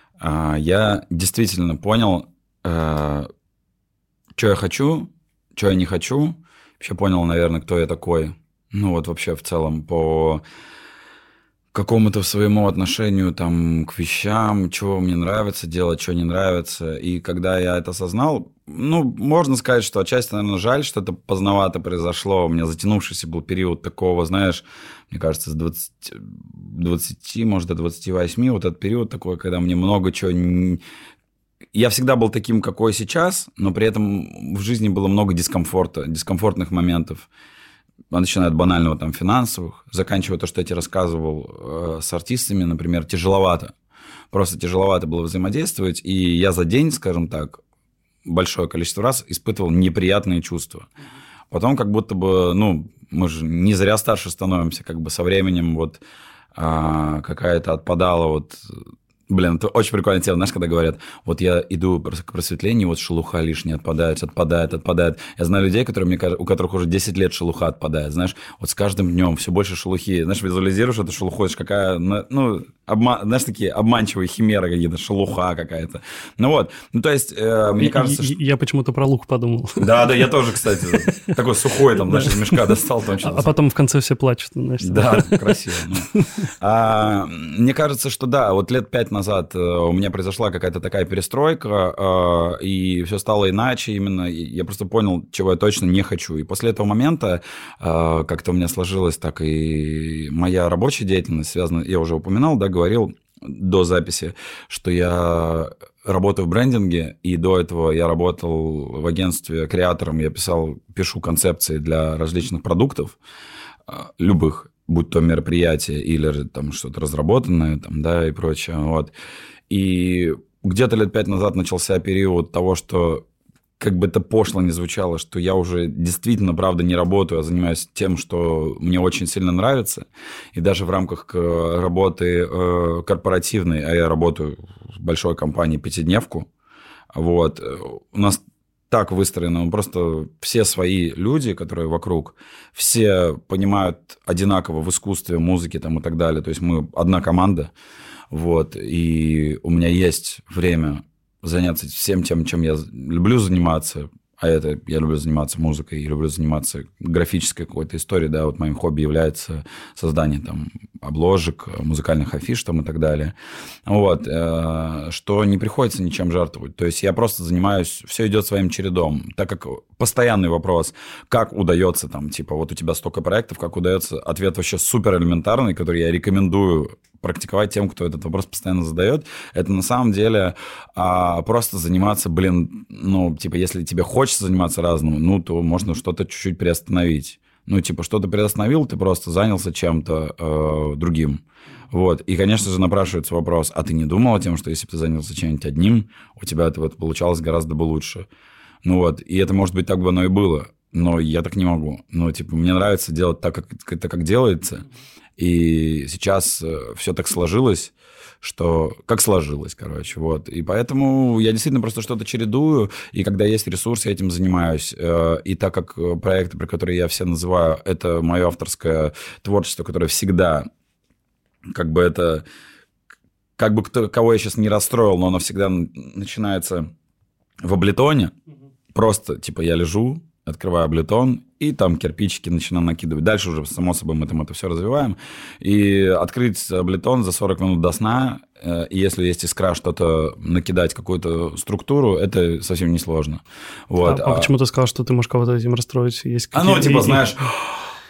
я действительно понял, что я хочу, что я не хочу. Вообще понял, наверное, кто я такой. Ну вот вообще в целом по какому-то своему отношению там, к вещам, что мне нравится делать, что не нравится. И когда я это осознал, ну, можно сказать, что отчасти, наверное, жаль, что это поздновато произошло. У меня затянувшийся был период такого, знаешь, мне кажется, с 20, может, до 28, вот этот период такой, когда мне много чего... Я всегда был таким, какой сейчас, но при этом в жизни было много дискомфорта, дискомфортных моментов. Начиная от банального там финансовых, заканчивая то, что я тебе рассказывал с артистами, например, тяжеловато. Просто тяжеловато было взаимодействовать, и я за день, скажем так, большое количество раз испытывал неприятные чувства. Потом как будто бы, ну, мы же не зря старше становимся, как бы со временем вот какая-то отпадала вот... Блин, это очень прикольная тема, знаешь, когда говорят, вот я иду к просветлению, вот шелуха лишняя отпадает. Я знаю людей, у которых уже 10 лет шелуха отпадает, знаешь, вот с каждым днем все больше шелухи, знаешь, визуализируешь эту шелуху, это какая, ну, знаешь, такие обманчивые химеры какие-то, шелуха какая-то. Ну вот, ну то есть, мне кажется, что... Я почему-то про лук подумал. Да, я тоже, кстати, такой сухой, там, знаешь, из мешка достал. А потом в конце все плачут, знаешь. Да, красиво. Мне кажется, что да, вот лет 5 назад у меня произошла какая-то такая перестройка, и все стало иначе именно. Я просто понял, чего я точно не хочу. И после этого момента как-то у меня сложилась так и моя рабочая деятельность, связана, я уже упоминал, да, говорил до записи, что я работаю в брендинге, и до этого я работал в агентстве креатором, я пишу концепции для различных продуктов, любых, будь то мероприятие или там что-то разработанное, там, да, и прочее, вот. И где-то лет 5 назад начался период того, что, как бы это пошло не звучало, что я уже действительно, правда, не работаю, а занимаюсь тем, что мне очень сильно нравится. И даже в рамках работы корпоративной, а я работаю в большой компании пятидневку, вот, у нас так выстроено, просто все свои люди, которые вокруг, все понимают одинаково в искусстве, музыке там, и так далее. То есть мы одна команда, вот, и у меня есть время заняться всем тем, чем я люблю заниматься, а это я люблю заниматься музыкой, и люблю заниматься графической какой-то историей, да, вот моим хобби является создание там обложек, музыкальных афиш там и так далее, вот, что не приходится ничем жертвовать, то есть я просто занимаюсь, все идет своим чередом, так как постоянный вопрос, как удается там, типа, вот у тебя столько проектов, как удается, ответ вообще супер элементарный, который я рекомендую практиковать тем, кто этот вопрос постоянно задает, это на самом деле просто заниматься, ну, типа, если тебе хочется заниматься разным, ну, то можно что-то чуть-чуть приостановить. Ну, типа, что-то приостановил, ты просто занялся чем-то другим. Вот. И, конечно же, напрашивается вопрос, а ты не думал о том, что если бы ты занялся чем-нибудь одним, у тебя это вот получалось гораздо бы лучше? Ну вот, и это, может быть, так бы оно и было, но я так не могу. Ну, типа, мне нравится делать так, как делается. И сейчас все так сложилось, что... Как сложилось, короче, вот. И поэтому я действительно просто что-то чередую, и когда есть ресурс, я этим занимаюсь. И так как проекты, про которые я все называю, это мое авторское творчество, которое всегда... Как бы это... Как бы кого я сейчас не расстроил, но оно всегда начинается в Ableton. Просто, типа, я лежу, открываю Ableton, и там кирпичики начинаю накидывать. Дальше уже, само собой, мы там это все развиваем. И открыть Ableton за 40 минут до сна, и если есть искра, что-то накидать, какую-то структуру, это совсем не сложно. Вот. А почему ты сказал, что ты можешь кого-то этим расстроить? Есть ну, типа, знаешь...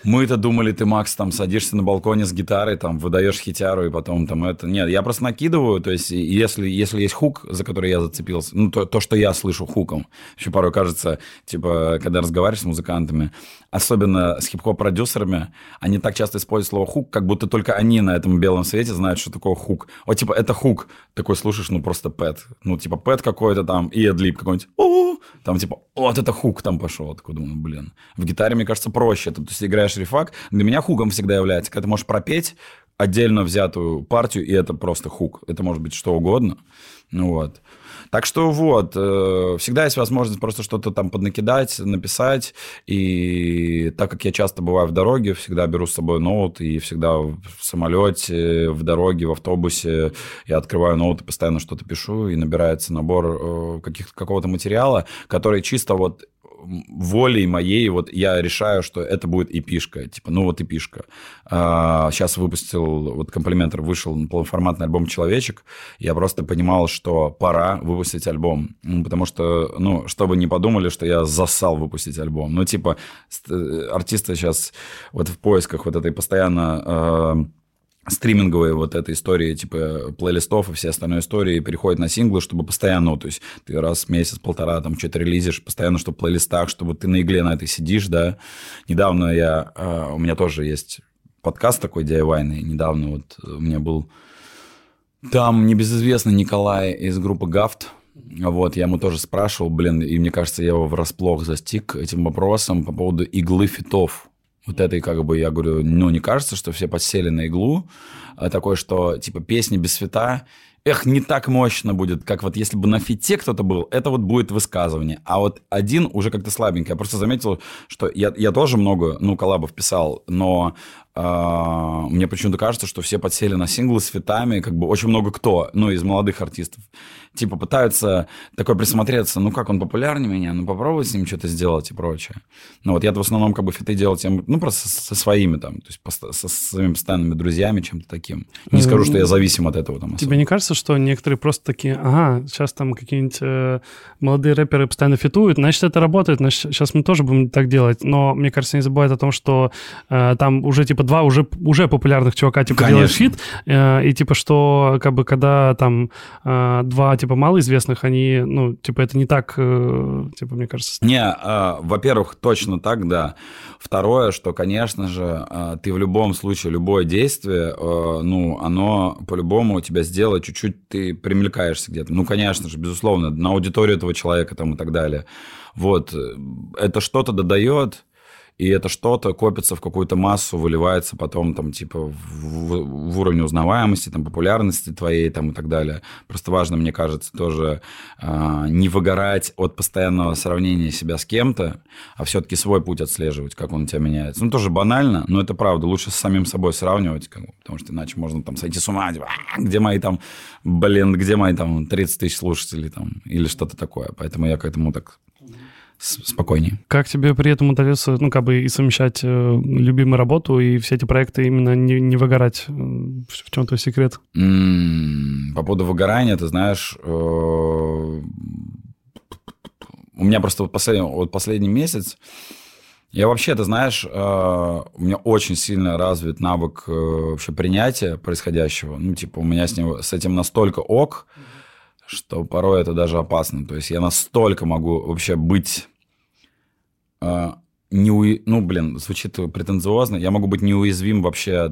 Мы-то думали, ты, Макс, там садишься на балконе с гитарой, там выдаешь хитяру и потом там это... Нет, я просто накидываю, то есть если есть хук, за который я зацепился, ну, то, что я слышу хуком, еще порой кажется, типа, когда разговариваешь с музыкантами, особенно с хип-хоп-продюсерами, они так часто используют слово хук, как будто только они на этом белом свете знают, что такое хук. Вот, типа, это хук. Такой слушаешь, ну, просто пэт. Ну, типа, пэт какой-то там, и эдлип какой-нибудь. Там, типа, вот это хук там пошел. Такой думаю, блин. В гитаре, мне кажется, проще. То есть, играешь рифак. Для меня хуком всегда является, когда ты можешь пропеть отдельно взятую партию, и это просто хук. Это может быть что угодно. Ну, вот. Так что вот, всегда есть возможность просто что-то там поднакидать, написать. И так как я часто бываю в дороге, всегда беру с собой ноут, и всегда в самолете, в дороге, в автобусе я открываю ноут и постоянно что-то пишу, и набирается набор какого-то материала, который чисто вот волей моей, вот я решаю, что это будет эпишка, типа, ну вот эпишка. Сейчас выпустил, вот Комплиментар вышел полноформатный альбом «Человечек», я просто понимал, что пора выпустить альбом, потому что, ну, чтобы не подумали, что я зассал выпустить альбом. Ну, типа, артисты сейчас вот в поисках вот этой постоянно... стриминговые вот этой истории, типа плейлистов и все остальные истории переходят на синглы, чтобы постоянно, то есть ты раз в месяц, полтора там что-то релизишь, постоянно, чтобы в плейлистах, чтобы ты на игле на этой сидишь, да. Недавно у меня тоже есть подкаст такой DIY-ный, недавно вот у меня был там небезызвестный Николай из группы Гафт, вот, я ему тоже спрашивал, блин, и мне кажется, я его врасплох застиг этим вопросом по поводу иглы фитов. Вот это, как бы, я говорю, ну, не кажется, что все подсели на иглу, такое, что, типа, песни без фита, не так мощно будет, как вот если бы на фите кто-то был, это вот будет высказывание, а вот один уже как-то слабенький. Я просто заметил, что я тоже много, ну, коллабов писал, но мне почему-то кажется, что все подсели на синглы с фитами, как бы очень много кто, ну, из молодых артистов, типа пытаются такой присмотреться, ну, как он популярнее меня, ну, попробовать с ним что-то сделать и прочее. Ну, вот я-то в основном как бы фиты делал тем, ну, просто со своими там, то есть со своими постоянными друзьями, чем-то таким. Не скажу, что я зависим от этого там. Тебе не кажется, что некоторые просто такие, ага, сейчас там какие-нибудь молодые рэперы постоянно фитуют, значит, это работает, значит, сейчас мы тоже будем так делать, но, мне кажется, не забывают о том, что там уже, типа, два уже популярных чувака, типа, делают фит, и, типа, что, как бы, когда там два, типа, малоизвестных, они, ну, типа, это не так, типа, мне кажется... Во-первых, точно так, да. Второе, что, конечно же, ты в любом случае, любое действие, ну, оно по-любому тебя сделает чуть-чуть, ты примелькаешься где-то. Ну, конечно же, безусловно, на аудиторию этого человека там и так далее. Вот, это что-то додает, и это что-то копится в какую-то массу, выливается потом там типа в уровне узнаваемости, там, популярности твоей там, и так далее. Просто важно, мне кажется, тоже не выгорать от постоянного сравнения себя с кем-то, а все-таки свой путь отслеживать, как он у тебя меняется. Ну, тоже банально, но это правда. Лучше с самим собой сравнивать, потому что иначе можно там сойти с ума. Где мои там, где мои там 30 тысяч слушателей там, или что-то такое. Поэтому я к этому так... спокойнее. Как тебе при этом удается, ну, как бы и совмещать любимую работу и все эти проекты именно не выгорать? В чем твой секрет? По поводу выгорания, ты знаешь, у меня просто последний месяц, я вообще, ты знаешь, у меня очень сильно развит навык вообще принятия происходящего. Ну, типа, у меня с этим настолько ок, что порой это даже опасно. То есть я настолько могу вообще быть... ну, блин, звучит претенциозно. Я могу быть неуязвим вообще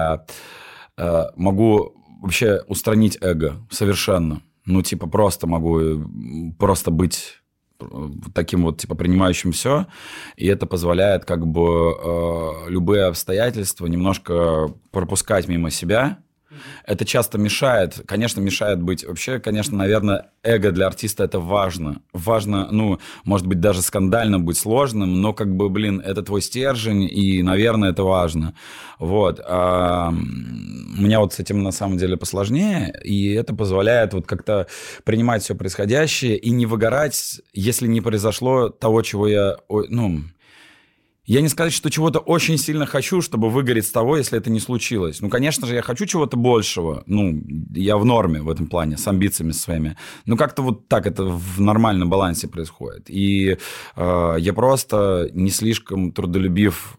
могу вообще устранить эго совершенно. Ну, типа, просто могу быть таким вот, типа, принимающим все. И это позволяет как бы любые обстоятельства немножко пропускать мимо себя. Это часто мешает, конечно, мешает быть... Вообще, конечно, наверное, эго для артиста это важно. Важно, ну, может быть, даже скандально быть сложным, но как бы, блин, это твой стержень, и, наверное, это важно. Вот. У меня вот с этим на самом деле посложнее, и это позволяет вот как-то принимать все происходящее и не выгорать, если не произошло того, чего я... Ну, Я не сказать, что чего-то очень сильно хочу, чтобы выгореть с того, если это не случилось. Ну, конечно же, я хочу чего-то большего. Ну, я в норме в этом плане, с амбициями своими. Но как-то вот так это в нормальном балансе происходит. И я просто не слишком трудолюбив,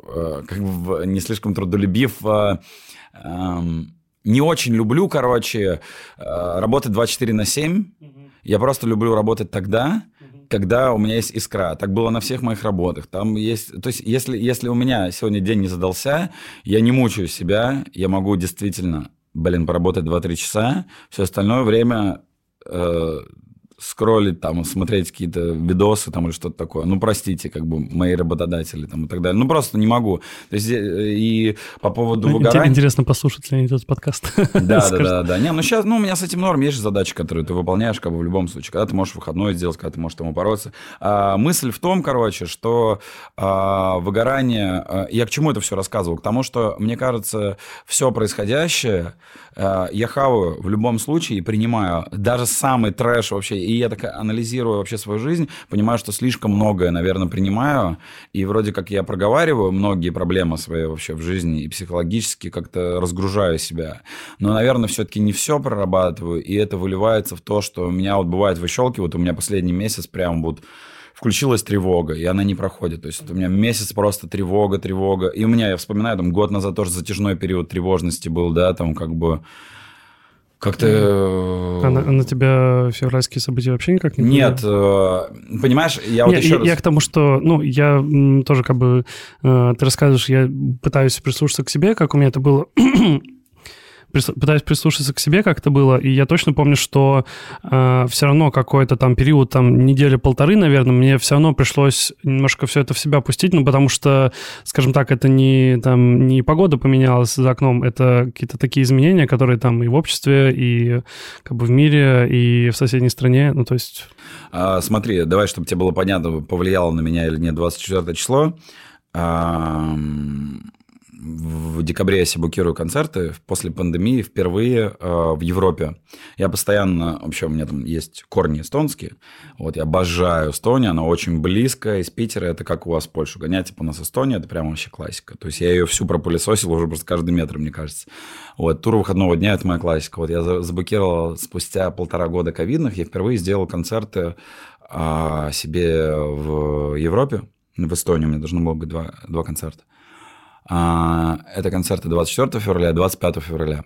не очень люблю, работать 24/7. Я просто люблю работать тогда, когда у меня есть искра. Так было на всех моих работах. Там есть, то есть если у меня сегодня день не задался, я не мучаю себя, я могу действительно, поработать 2-3 часа, все остальное время скроллить, там, смотреть какие-то видосы там, или что-то такое. Ну, простите, как бы, мои работодатели там, и так далее. Ну, просто не могу. То есть, и по поводу выгорания... Интересно послушать ли они этот подкаст. Да. Не, ну, сейчас, у меня с этим норм. Есть же задачи, которые ты выполняешь, как бы, в любом случае. Когда ты можешь выходной сделать, когда ты можешь там упороться. Мысль в том, что выгорание... Я к чему это все рассказывал? К тому, что, мне кажется, все происходящее я хаваю в любом случае и принимаю. Даже самый трэш вообще. И я так анализирую вообще свою жизнь, понимаю, что слишком многое, наверное, принимаю. И вроде как я проговариваю многие проблемы свои вообще в жизни и психологически как-то разгружаю себя. Но, наверное, все-таки не все прорабатываю. И это выливается в то, что у меня вот бывает выщелкивают. У меня последний месяц прям вот включилась тревога, и она не проходит. То есть у меня месяц просто тревога. И у меня, я вспоминаю, там год назад тоже затяжной период тревожности был, да, там как бы как-то... А на тебя февральские события вообще никак не влияют? Нет, понимаешь, я вот еще раз... Я к тому, что, я тоже как бы... Ты рассказываешь, я пытаюсь прислушаться к себе, как у меня это было... Пытаюсь прислушаться к себе, как это было, и я точно помню, что все равно какой-то там период, там, недели-полторы, наверное, мне все равно пришлось немножко все это в себя пустить, потому что, скажем так, это не погода поменялась за окном, это какие-то такие изменения, которые там и в обществе, и как бы в мире, и в соседней стране, то есть... Смотри, давай, чтобы тебе было понятно, повлияло на меня или нет 24 число. В декабре я себе букирую концерты после пандемии впервые в Европе. Я постоянно... Вообще, у меня там есть корни эстонские. Вот, я обожаю Эстонию, она очень близко. Из Питера это как у вас в Польшу гонять. Типа у нас Эстония, это прям вообще классика. То есть я ее всю пропылесосил уже просто каждый метр, мне кажется. Вот, тур выходного дня – это моя классика. Вот я забукировал спустя 1,5 года ковидных. Я впервые сделал концерты себе в Европе. В Эстонии у меня должно было быть два концерта. Это концерты 24 февраля и 25 февраля.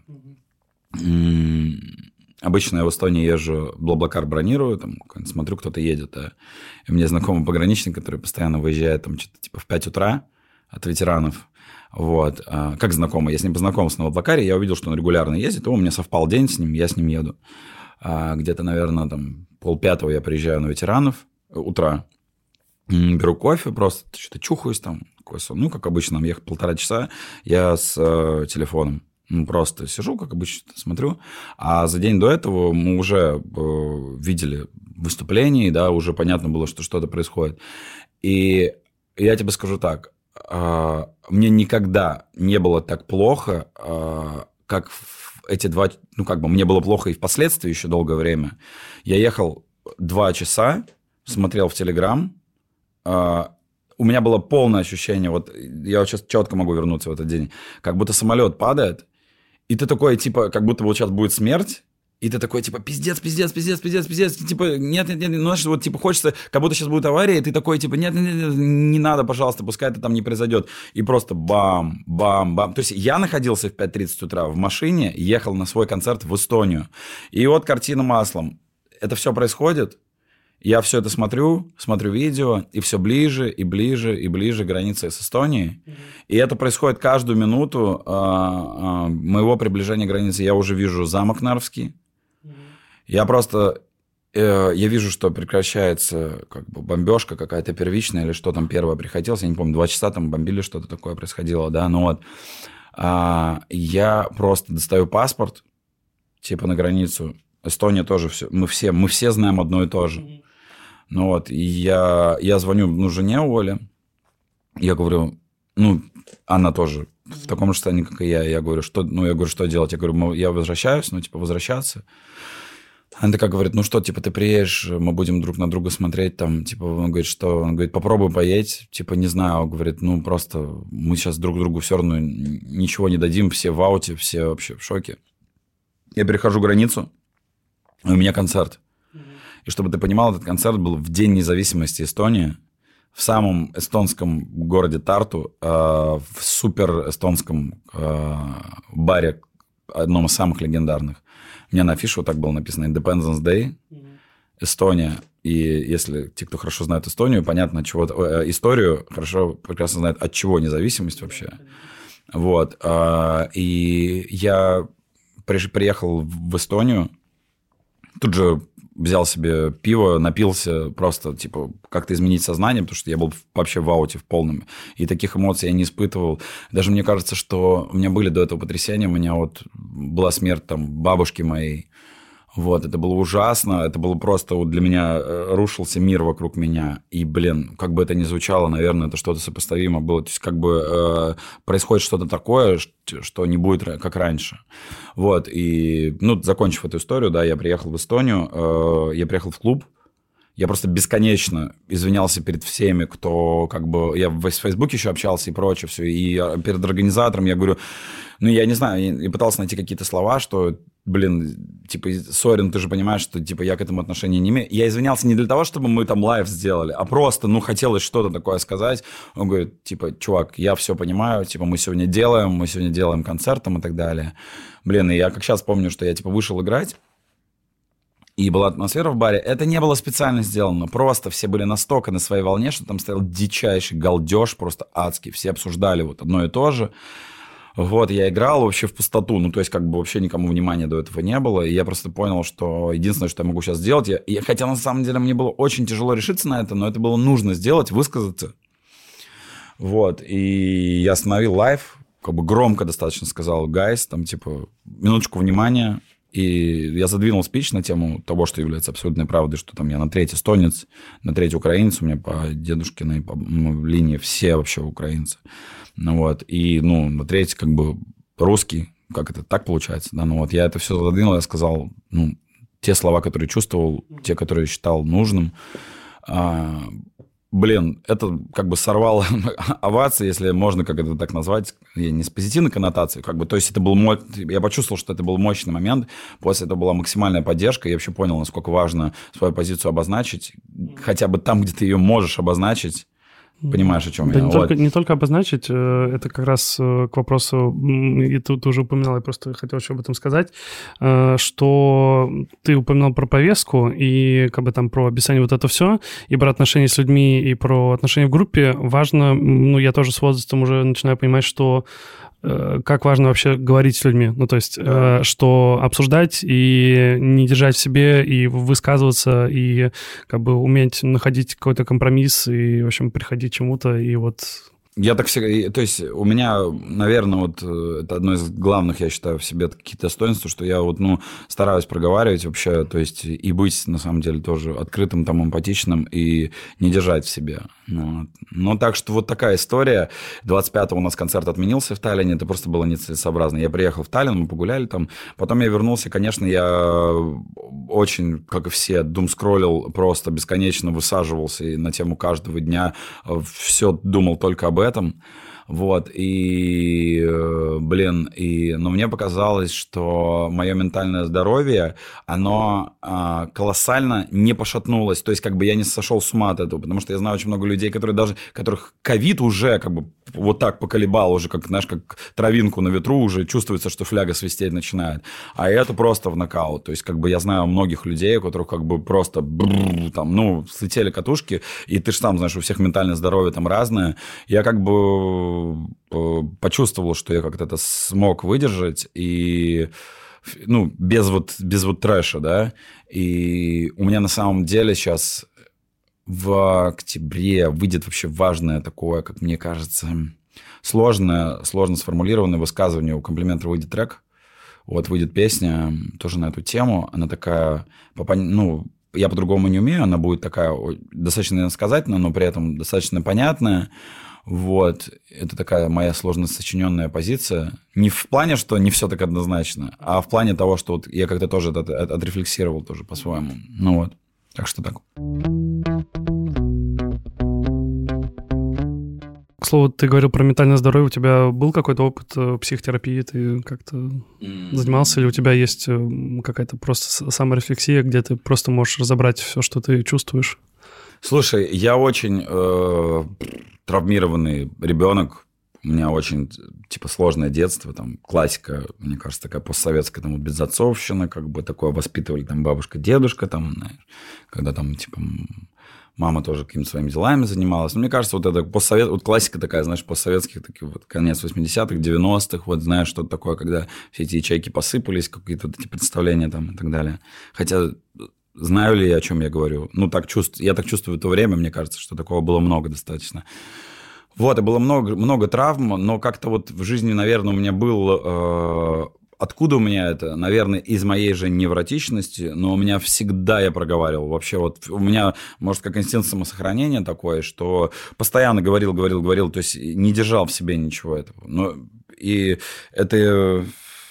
Обычно я в Эстонии езжу, Блаблакар бронирую, там, смотрю, кто-то едет. Да. И у меня знакомый пограничник, который постоянно выезжает там, что-то типа в 5 утра от ветеранов. Вот. Как знакомый, я с ним познакомился на Блаблакаре, я увидел, что он регулярно ездит, и у меня совпал день с ним, я с ним еду. Где-то, наверное, там 4:30 я приезжаю на ветеранов утра, беру кофе, просто что-то чухаюсь там. Как обычно, нам ехать 1,5 часа, я с телефоном. Просто сижу, как обычно, смотрю. А за день до этого мы уже видели выступления, да, уже понятно было, что что-то происходит. И я тебе скажу так, мне никогда не было так плохо, как в эти 2... мне было плохо и впоследствии еще долгое время. Я ехал 2 часа, смотрел в Телеграм, у меня было полное ощущение, вот я вот сейчас четко могу вернуться в этот день, как будто самолет падает, и ты такой, типа, как будто вот сейчас будет смерть, и ты такой, типа, пиздец, типа, нет, знаешь, вот, типа, хочется, как будто сейчас будет авария, и ты такой, типа, нет, не надо, пожалуйста, пускай это там не произойдет, и просто бам. То есть я находился в 5:30 утра в машине, ехал на свой концерт в Эстонию, и вот картина маслом, это все происходит. Я все это смотрю видео, и все ближе и ближе граница с Эстонией. И это происходит каждую минуту моего приближения к границе. Я уже вижу замок Нарвский. Я просто... Я вижу, что прекращается как бы бомбежка какая-то первичная, или что там первое приходилось. Я не помню, 2 часа там бомбили, что-то такое происходило, да. Ну вот. Я просто достаю паспорт, типа на границу. Эстония тоже все. Мы все знаем одно и то же. Ну вот, и я звоню жене Оле, я говорю, она тоже в таком же состоянии, как и я говорю, что делать? Я говорю, я возвращаюсь, возвращаться. Она такая говорит, ну что, типа, ты приедешь, мы будем друг на друга смотреть, там, типа, он говорит, что? Он говорит, попробуй поедь, типа, не знаю, он говорит, ну, просто мы сейчас друг другу все равно ничего не дадим, все в ауте, все вообще в шоке. Я перехожу границу, и у меня концерт. И чтобы ты понимал, этот концерт был в День независимости Эстонии, в самом эстонском городе Тарту, в супер эстонском баре, одном из самых легендарных. У меня на афише вот так было написано Independence Day, Эстония. И если те, кто хорошо знает Эстонию, понятно, историю, хорошо, прекрасно знают, от чего независимость вообще. Вот. И я приехал в Эстонию, тут же взял себе пиво, напился, просто, типа, как-то изменить сознание, потому что я был вообще в ауте в полном. И таких эмоций я не испытывал. Даже мне кажется, что у меня были до этого потрясения. У меня вот была смерть там бабушки моей. Вот, это было ужасно. Это было просто вот для меня рушился мир вокруг меня. И, блин, как бы это ни звучало, наверное, это что-то сопоставимо было. То есть, как бы происходит что-то такое, что не будет как раньше. Вот, и, ну, закончив эту историю, да, я приехал в Эстонию, я приехал в клуб. Я просто бесконечно извинялся перед всеми, кто как бы... Я в Фейсбуке еще общался и прочее все. И перед организатором я говорю... Ну, я не знаю, я пытался найти какие-то слова, что, блин, типа, Сорин, ты же понимаешь, что, типа, я к этому отношения не имею. Я извинялся не для того, чтобы мы там лайв сделали, а просто, ну, хотелось что-то такое сказать. Он говорит, типа, чувак, я все понимаю, типа, мы сегодня делаем концерт там и так далее. Блин, и я как сейчас помню, что я, типа, вышел играть, и была атмосфера в баре. Это не было специально сделано. Просто все были настолько на своей волне, что там стоял дичайший галдеж, просто адский. Все обсуждали вот одно и то же. Вот, я играл вообще в пустоту. Ну, то есть, как бы вообще никому внимания до этого не было. И я просто понял, что единственное, что я могу сейчас сделать... Хотя, на самом деле, мне было очень тяжело решиться на это, но это было нужно сделать, высказаться. Вот, и я остановил лайв, как бы громко достаточно сказал, гайс, там, типа, минуточку внимания. И я задвинул спич на тему того, что является абсолютной правдой, что там я на треть эстонец, на треть украинец, у меня по дедушкиной по линии все вообще украинцы. Ну вот, и, ну, на треть как бы русский, как это так получается, да, ну вот, я это все задвинул, я сказал, ну, те слова, которые чувствовал, те, которые считал нужным. Блин, это как бы сорвало овации, если можно как это так назвать, не с позитивной коннотацией, как бы, то есть это был я почувствовал, что это был мощный момент, после этого была максимальная поддержка, я вообще понял, насколько важно свою позицию обозначить, хотя бы там, где ты ее можешь обозначить. Понимаешь, о чем да я? Не только обозначить, это как раз к вопросу, и ты уже упоминал, я просто хотел еще об этом сказать, что ты упоминал про повестку и как бы там про описание вот это все, и про отношения с людьми, и про отношения в группе. Важно, ну, я тоже с возрастом уже начинаю понимать, что как важно вообще говорить с людьми. Ну, то есть, что обсуждать и не держать в себе, и высказываться, и как бы уметь находить какой-то компромисс, и, в общем, приходить к чему-то, и вот... Я так всегда... То есть у меня, наверное, вот это одно из главных, я считаю, в себе какие-то достоинства, что я вот, ну, стараюсь проговаривать вообще, то есть и быть, на самом деле, тоже открытым, там, эмпатичным, и не держать в себе. Вот. Ну, так что вот такая история. 25-го у нас концерт отменился в Таллине, это просто было нецелесообразно. Я приехал в Таллин, мы погуляли там, потом я вернулся, конечно, я очень, как и все, думскроллил, просто бесконечно высаживался и на тему каждого дня, все думал только об этом. Вот, и, блин, но мне показалось, что мое ментальное здоровье, оно колоссально не пошатнулось, то есть как бы я не сошел с ума от этого, потому что я знаю очень много людей, которых ковид уже как бы вот так поколебал, уже как, знаешь, как травинку на ветру, уже чувствуется, что фляга свистеть начинает, а это просто в нокаут, то есть как бы я знаю многих людей, у которых как бы просто там, ну, слетели катушки, и ты же сам знаешь, у всех ментальное здоровье там разное, я как бы почувствовал, что я как-то это смог выдержать, и, ну, без вот трэша, да, и у меня на самом деле сейчас в октябре выйдет вообще важное такое, как мне кажется, сложно сформулированное высказывание, у Комплиментера выйдет трек, вот выйдет песня тоже на эту тему, она такая, ну, я по-другому не умею, она будет такая достаточно иносказательная, но при этом достаточно понятная. Вот. Это такая моя сложно сочиненная позиция. Не в плане, что не все так однозначно, а в плане того, что вот я как-то тоже это отрефлексировал тоже по-своему. Ну вот. Так что так. К слову, ты говорил про ментальное здоровье. У тебя был какой-то опыт психотерапии? Ты как-то занимался? Или у тебя есть какая-то просто саморефлексия, где ты просто можешь разобрать все, что ты чувствуешь? Слушай, я очень травмированный ребенок. У меня очень, сложное детство, там, классика, мне кажется, такая постсоветская, там, безотцовщина, как бы такое воспитывали, там, бабушка, дедушка, там, знаешь, когда там, мама тоже какими-то своими делами занималась. Но мне кажется, вот это вот классика такая, знаешь, постсоветских, таких вот конец 80-х, 90-х, вот знаешь, что-то такое, когда все эти ячейки посыпались, какие-то вот эти представления там и так далее. Хотя знаю ли я, о чем я говорю? Ну, я так чувствую в то время, мне кажется, что такого было много достаточно. Вот, и было много травм, но как-то вот в жизни, наверное, у меня был... Откуда у меня это? Наверное, из моей же невротичности, но у меня всегда, я проговаривал, вообще вот у меня, может, как инстинкт самосохранения такое, что постоянно говорил, то есть не держал в себе ничего этого. Но, и это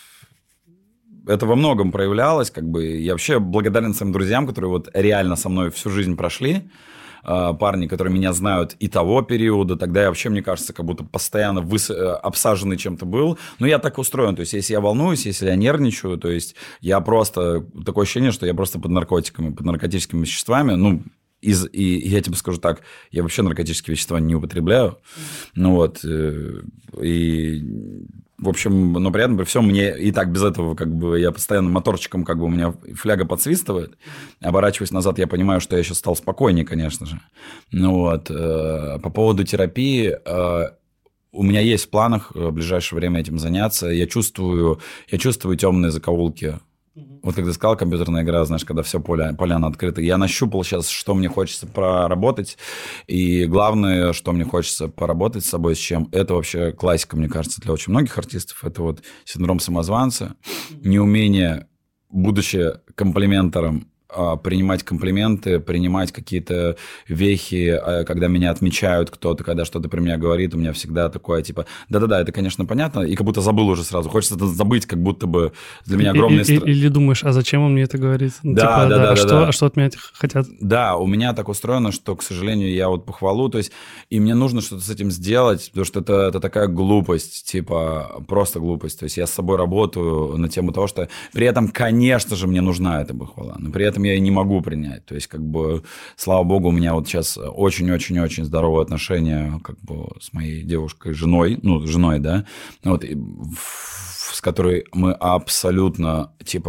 во многом проявлялось, как бы, я вообще благодарен своим друзьям, которые вот реально со мной всю жизнь прошли, парни, которые меня знают и того периода, тогда я вообще, мне кажется, как будто постоянно обсаженный чем-то был. Но я так устроен, то есть если я волнуюсь, если я нервничаю, то есть я просто... Такое ощущение, что я просто под наркотиками, под наркотическими веществами, ну, и я тебе скажу так, я вообще наркотические вещества не употребляю, ну вот, и... В общем, но при этом, при всем, мне и так без этого, как бы, я постоянно моторчиком, как бы, у меня фляга подсвистывает. Оборачиваясь назад, я понимаю, что я сейчас стал спокойнее, конечно же. Ну вот, по поводу терапии, у меня есть в планах в ближайшее время этим заняться. Я чувствую темные закоулки. Вот как ты сказал, компьютерная игра, знаешь, когда все поляна открыта. Я нащупал сейчас, что мне хочется проработать. И главное, что мне хочется поработать с собой, с чем, это вообще классика, мне кажется, для очень многих артистов. Это вот синдром самозванца, неумение, будучи комплиментором, принимать комплименты, принимать какие-то вехи, когда меня отмечают кто-то, когда что-то про меня говорит, у меня всегда такое, типа, да-да-да, это, конечно, понятно, и как будто забыл уже сразу. Хочется это забыть, как будто бы для меня огромный стресс. Или думаешь, а зачем он мне это говорит? Да, да. Что от меня хотят? Да, у меня так устроено, что, к сожалению, я вот похвалу, то есть, и мне нужно что-то с этим сделать, потому что это такая глупость, типа, просто глупость. То есть я с собой работаю на тему того, что при этом, конечно же, мне нужна эта похвала, но при этом я и не могу принять. То есть, как бы, слава богу, у меня вот сейчас очень-очень-очень здоровые отношения, как бы, с моей девушкой, женой, да, вот, с которой мы абсолютно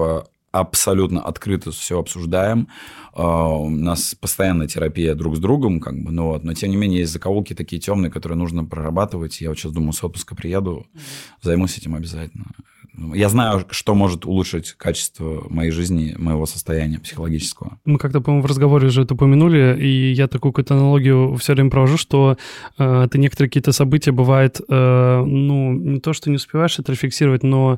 открыто все обсуждаем. У нас постоянная терапия друг с другом, как бы, ну, вот, но тем не менее есть закоулки такие темные, которые нужно прорабатывать. Я вот сейчас думаю, с отпуска приеду, займусь этим обязательно. Я знаю, что может улучшить качество моей жизни, моего состояния психологического. Мы как-то, по-моему, в разговоре уже это упомянули, и я такую какую-то аналогию все время провожу, что ты некоторые какие-то события, бывает, не то, что не успеваешь это рефлексировать, но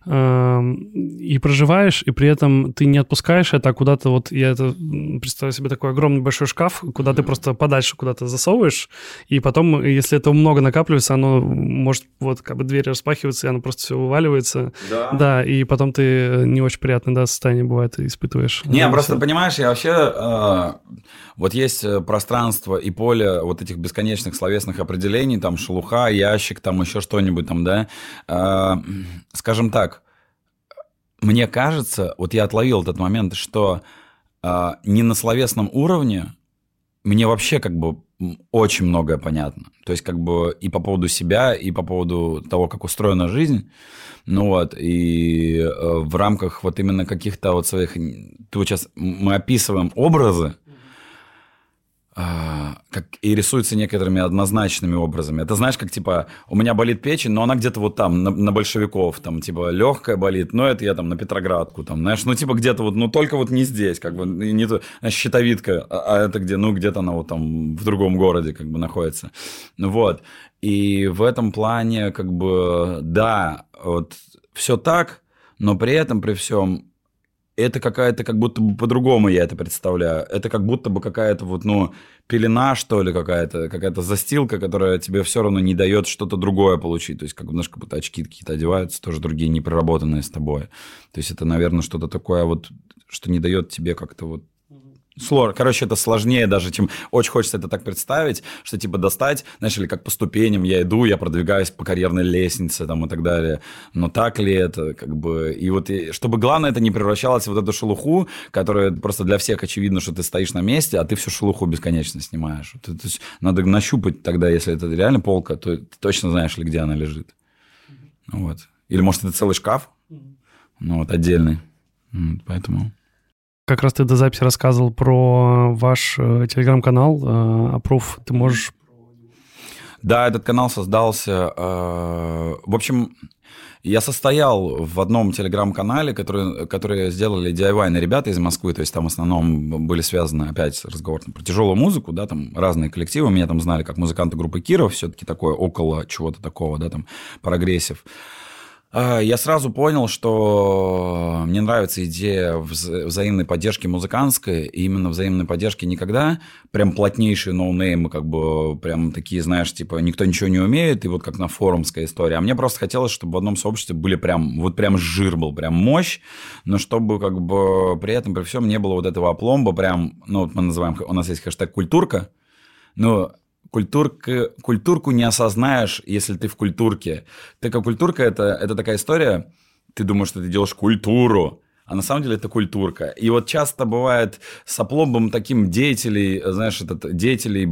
и проживаешь, и при этом ты не отпускаешь это, а куда-то вот, я это представляю себе такой огромный большой шкаф, куда ты просто подальше куда-то засовываешь, и потом, если этого много накапливается, оно может, вот, как бы дверь распахивается, и оно просто все вываливается. Да, и потом ты не очень приятное, состояние бывает испытываешь. Не, просто, понимаешь, я вообще... Вот есть пространство и поле вот этих бесконечных словесных определений, там, шелуха, ящик, там, еще что-нибудь там, да. Скажем так, мне кажется, вот я отловил этот момент, что не на словесном уровне мне вообще как бы очень многое понятно. То есть как бы и по поводу себя, и по поводу того, как устроена жизнь. Ну вот, и в рамках вот именно каких-то вот своих... Ты вот сейчас... Мы описываем образы, и рисуются некоторыми однозначными образами. Это знаешь, как типа у меня болит печень, но она где-то вот там, на большевиков, там типа легкая болит, но это я там на Петроградку, там, знаешь, ну типа где-то вот, ну только вот не здесь, как бы, не то, знаешь, щитовидка, а это где, ну где-то она вот там в другом городе как бы находится. Вот. И в этом плане как бы, да, вот все так, но при этом, при всем это какая-то, как будто бы по-другому я это представляю. Это как будто бы какая-то вот, ну, пелена, что ли, какая-то застилка, которая тебе все равно не дает что-то другое получить. То есть, как, знаешь, как будто очки какие-то одеваются, тоже другие, не проработанные с тобой. То есть, это, наверное, что-то такое вот, что не дает тебе как-то вот... Короче, это сложнее даже, чем очень хочется это так представить, что типа достать, знаешь, или как по ступеням я иду, я продвигаюсь по карьерной лестнице там и так далее. Но так ли это, как бы... И вот, чтобы главное это не превращалось в вот эту шелуху, которая просто для всех очевидно, что ты стоишь на месте, а ты всю шелуху бесконечно снимаешь. То есть надо нащупать тогда, если это реально полка, то ты точно знаешь ли, где она лежит. Вот. Или, может, это целый шкаф, ну вот, отдельный. Поэтому... Как раз ты до записи рассказывал про ваш телеграм-канал «Аппрув». Ты можешь... Да, этот канал создался... В общем, я состоял в одном телеграм-канале, который сделали DIY-ные ребята из Москвы, то есть там в основном были связаны, опять разговор про тяжелую музыку, да, там разные коллективы, меня там знали как музыканта группы Киров, все-таки такое около чего-то такого, да, там прогрессив. Я сразу понял, что мне нравится идея взаимной поддержки музыкантской, и именно взаимной поддержки никогда прям плотнейшие ноунеймы, как бы прям такие, знаешь, типа никто ничего не умеет, и вот как на форумская история. А мне просто хотелось, чтобы в одном сообществе были прям, вот прям жир был, прям мощь, но чтобы как бы при этом, при всем не было вот этого опломба, прям, ну вот мы называем, у нас есть хэштег «культурка», но... Культурку не осознаешь, если ты в культурке. Так как культурка – это такая история, ты думаешь, что ты делаешь культуру, а на самом деле это культурка. И вот часто бывает с опломбом таким деятелей, знаешь, деятелей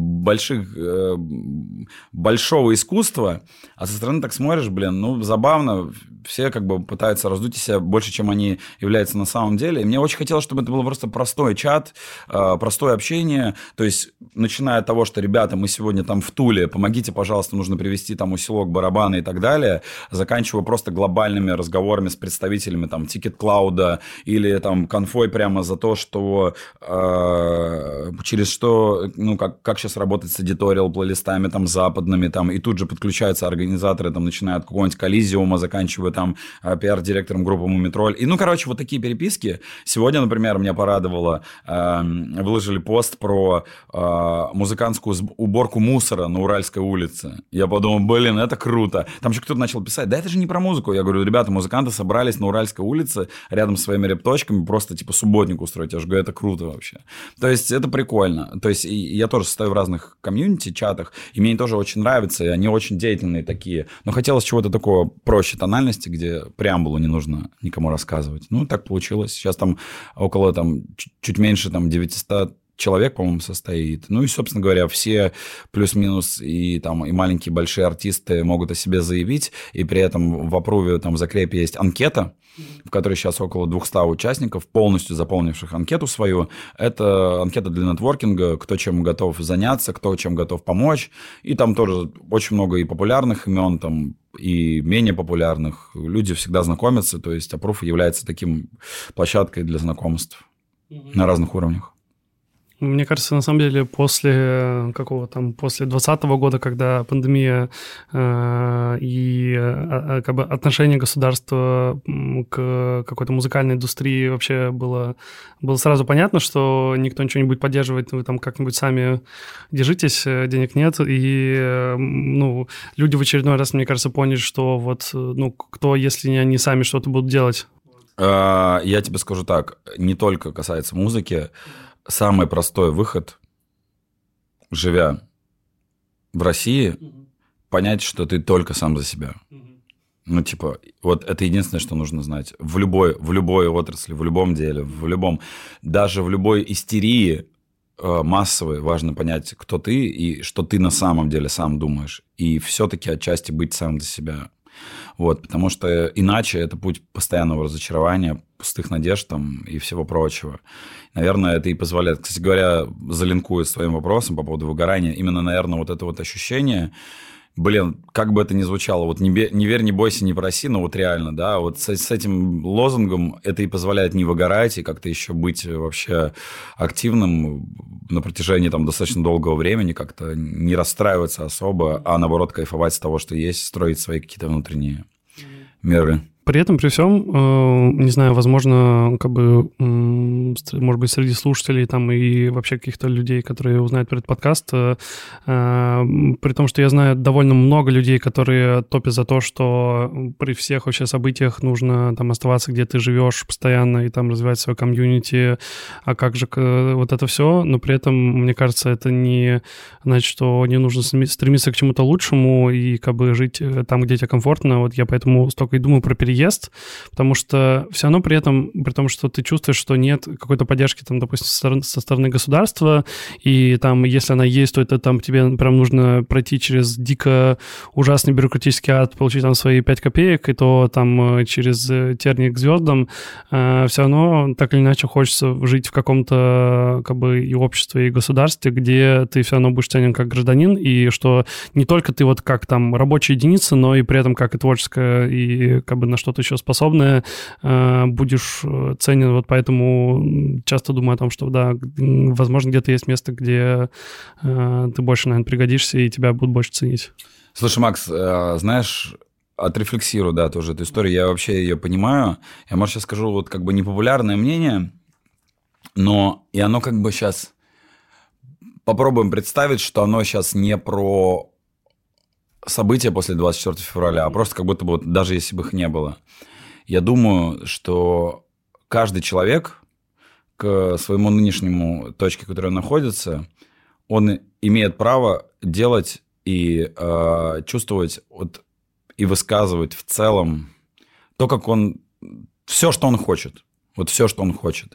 большого искусства, а со стороны так смотришь, блин, ну, забавно, все как бы пытаются раздуть из себя больше, чем они являются на самом деле. И мне очень хотелось, чтобы это был просто простой чат, простое общение, то есть, начиная от того, что, ребята, мы сегодня там в Туле, помогите, пожалуйста, нужно привезти там усилок, барабаны и так далее, заканчивая просто глобальными разговорами с представителями там Ticket Cloud или там конфой прямо за то, что через что, ну, как сейчас работать с эдиториал-плейлистами там западными, там, и тут же подключаются организаторы, там, начиная от какого-нибудь Коллизиума, заканчивая там пиар-директором группы Мумитроль. И, ну, короче, вот такие переписки. Сегодня, например, меня порадовало, выложили пост про музыкантскую уборку мусора на Уральской улице. Я подумал, блин, это круто. Там еще кто-то начал писать, да это же не про музыку. Я говорю, ребята, музыканты собрались на Уральской улице рядом с своими репточками, просто типа субботник устроить. Я же говорю, это круто вообще. То есть это прикольно. То есть я тоже состою в разных комьюнити, чатах, и мне они тоже очень нравятся, и они очень деятельные такие. Но хотелось чего-то такого проще тональности, где преамбулу не нужно никому рассказывать. Ну, так получилось. Сейчас там около там чуть меньше там 900 человек, по-моему, состоит. Ну и, собственно говоря, все плюс-минус и там и маленькие, и большие артисты могут о себе заявить, и при этом в Аппруве там в закрепе есть анкета, в которой сейчас около 200 участников, полностью заполнивших анкету свою. Это анкета для нетворкинга, кто чем готов заняться, кто чем готов помочь. И там тоже очень много и популярных имен, там, и менее популярных. Люди всегда знакомятся, то есть Аппрув является таким площадкой для знакомств на разных уровнях. Мне кажется, на самом деле, после 2020 года, когда пандемия и как бы отношение государства к какой-то музыкальной индустрии вообще было сразу понятно, что никто ничего не будет поддерживать, вы там как-нибудь сами держитесь, денег нет, и ну, люди в очередной раз, мне кажется, поняли, что вот, ну, кто, если не они сами что-то будут делать? Я тебе скажу так, не только касается музыки. Самый простой выход, живя в России, понять, что ты только сам за себя. Ну, типа, вот это единственное, что нужно знать. В любой отрасли, в любом деле, даже в любой истерии массовой важно понять, кто ты и что ты на самом деле сам думаешь. И все-таки отчасти быть сам за себя. Вот, потому что иначе это путь постоянного разочарования, пустых надежд там, и всего прочего. Наверное, это и позволяет, кстати говоря, залинкую с твоим вопросом по поводу выгорания, именно, наверное, вот это вот ощущение, блин, как бы это ни звучало, вот не верь, не бойся, не проси, но вот реально, да, вот с этим лозунгом это и позволяет не выгорать и как-то еще быть вообще активным на протяжении там достаточно долгого времени, как-то не расстраиваться особо, а наоборот кайфовать с того, что есть, строить свои какие-то внутренние миры. При этом, при всем, не знаю, возможно, как бы, может быть, среди слушателей там и вообще каких-то людей, которые узнают про этот подкаст, при том, что я знаю довольно много людей, которые топят за то, что при всех вообще событиях нужно там оставаться, где ты живешь постоянно и там развивать свое комьюнити, а как же вот это все, но при этом, мне кажется, это не значит, что не нужно стремиться к чему-то лучшему и как бы жить там, где тебе комфортно. Вот я поэтому столько и думаю про переезд, потому что все равно при этом, при том, что ты чувствуешь, что нет какой-то поддержки, там, допустим, со стороны государства, и там, если она есть, то это там тебе прям нужно пройти через дико ужасный бюрократический ад, получить там свои 5 копеек, и то там через терник к звездам, все равно так или иначе хочется жить в каком-то как бы и обществе, и государстве, где ты все равно будешь ценен как гражданин, и что не только ты вот как там рабочая единица, но и при этом как и творческая, и как бы на что-то еще способное будешь ценен. Вот поэтому часто думаю о том, что да, возможно, где-то есть место, где ты больше, наверное, пригодишься, и тебя будут больше ценить. Слушай, Макс, знаешь, отрефлексирую, да, тоже эту историю. Я вообще ее понимаю. Я, может, сейчас скажу вот как бы непопулярное мнение, но и оно как бы сейчас... Попробуем представить, что оно сейчас не про события после 24 февраля, а просто как будто бы вот, даже если бы их не было. Я думаю, что каждый человек к своему нынешнему точке, в которой он находится, он имеет право делать и чувствовать вот, и высказывать в целом то, как он... Все, что он хочет. Вот все, что он хочет.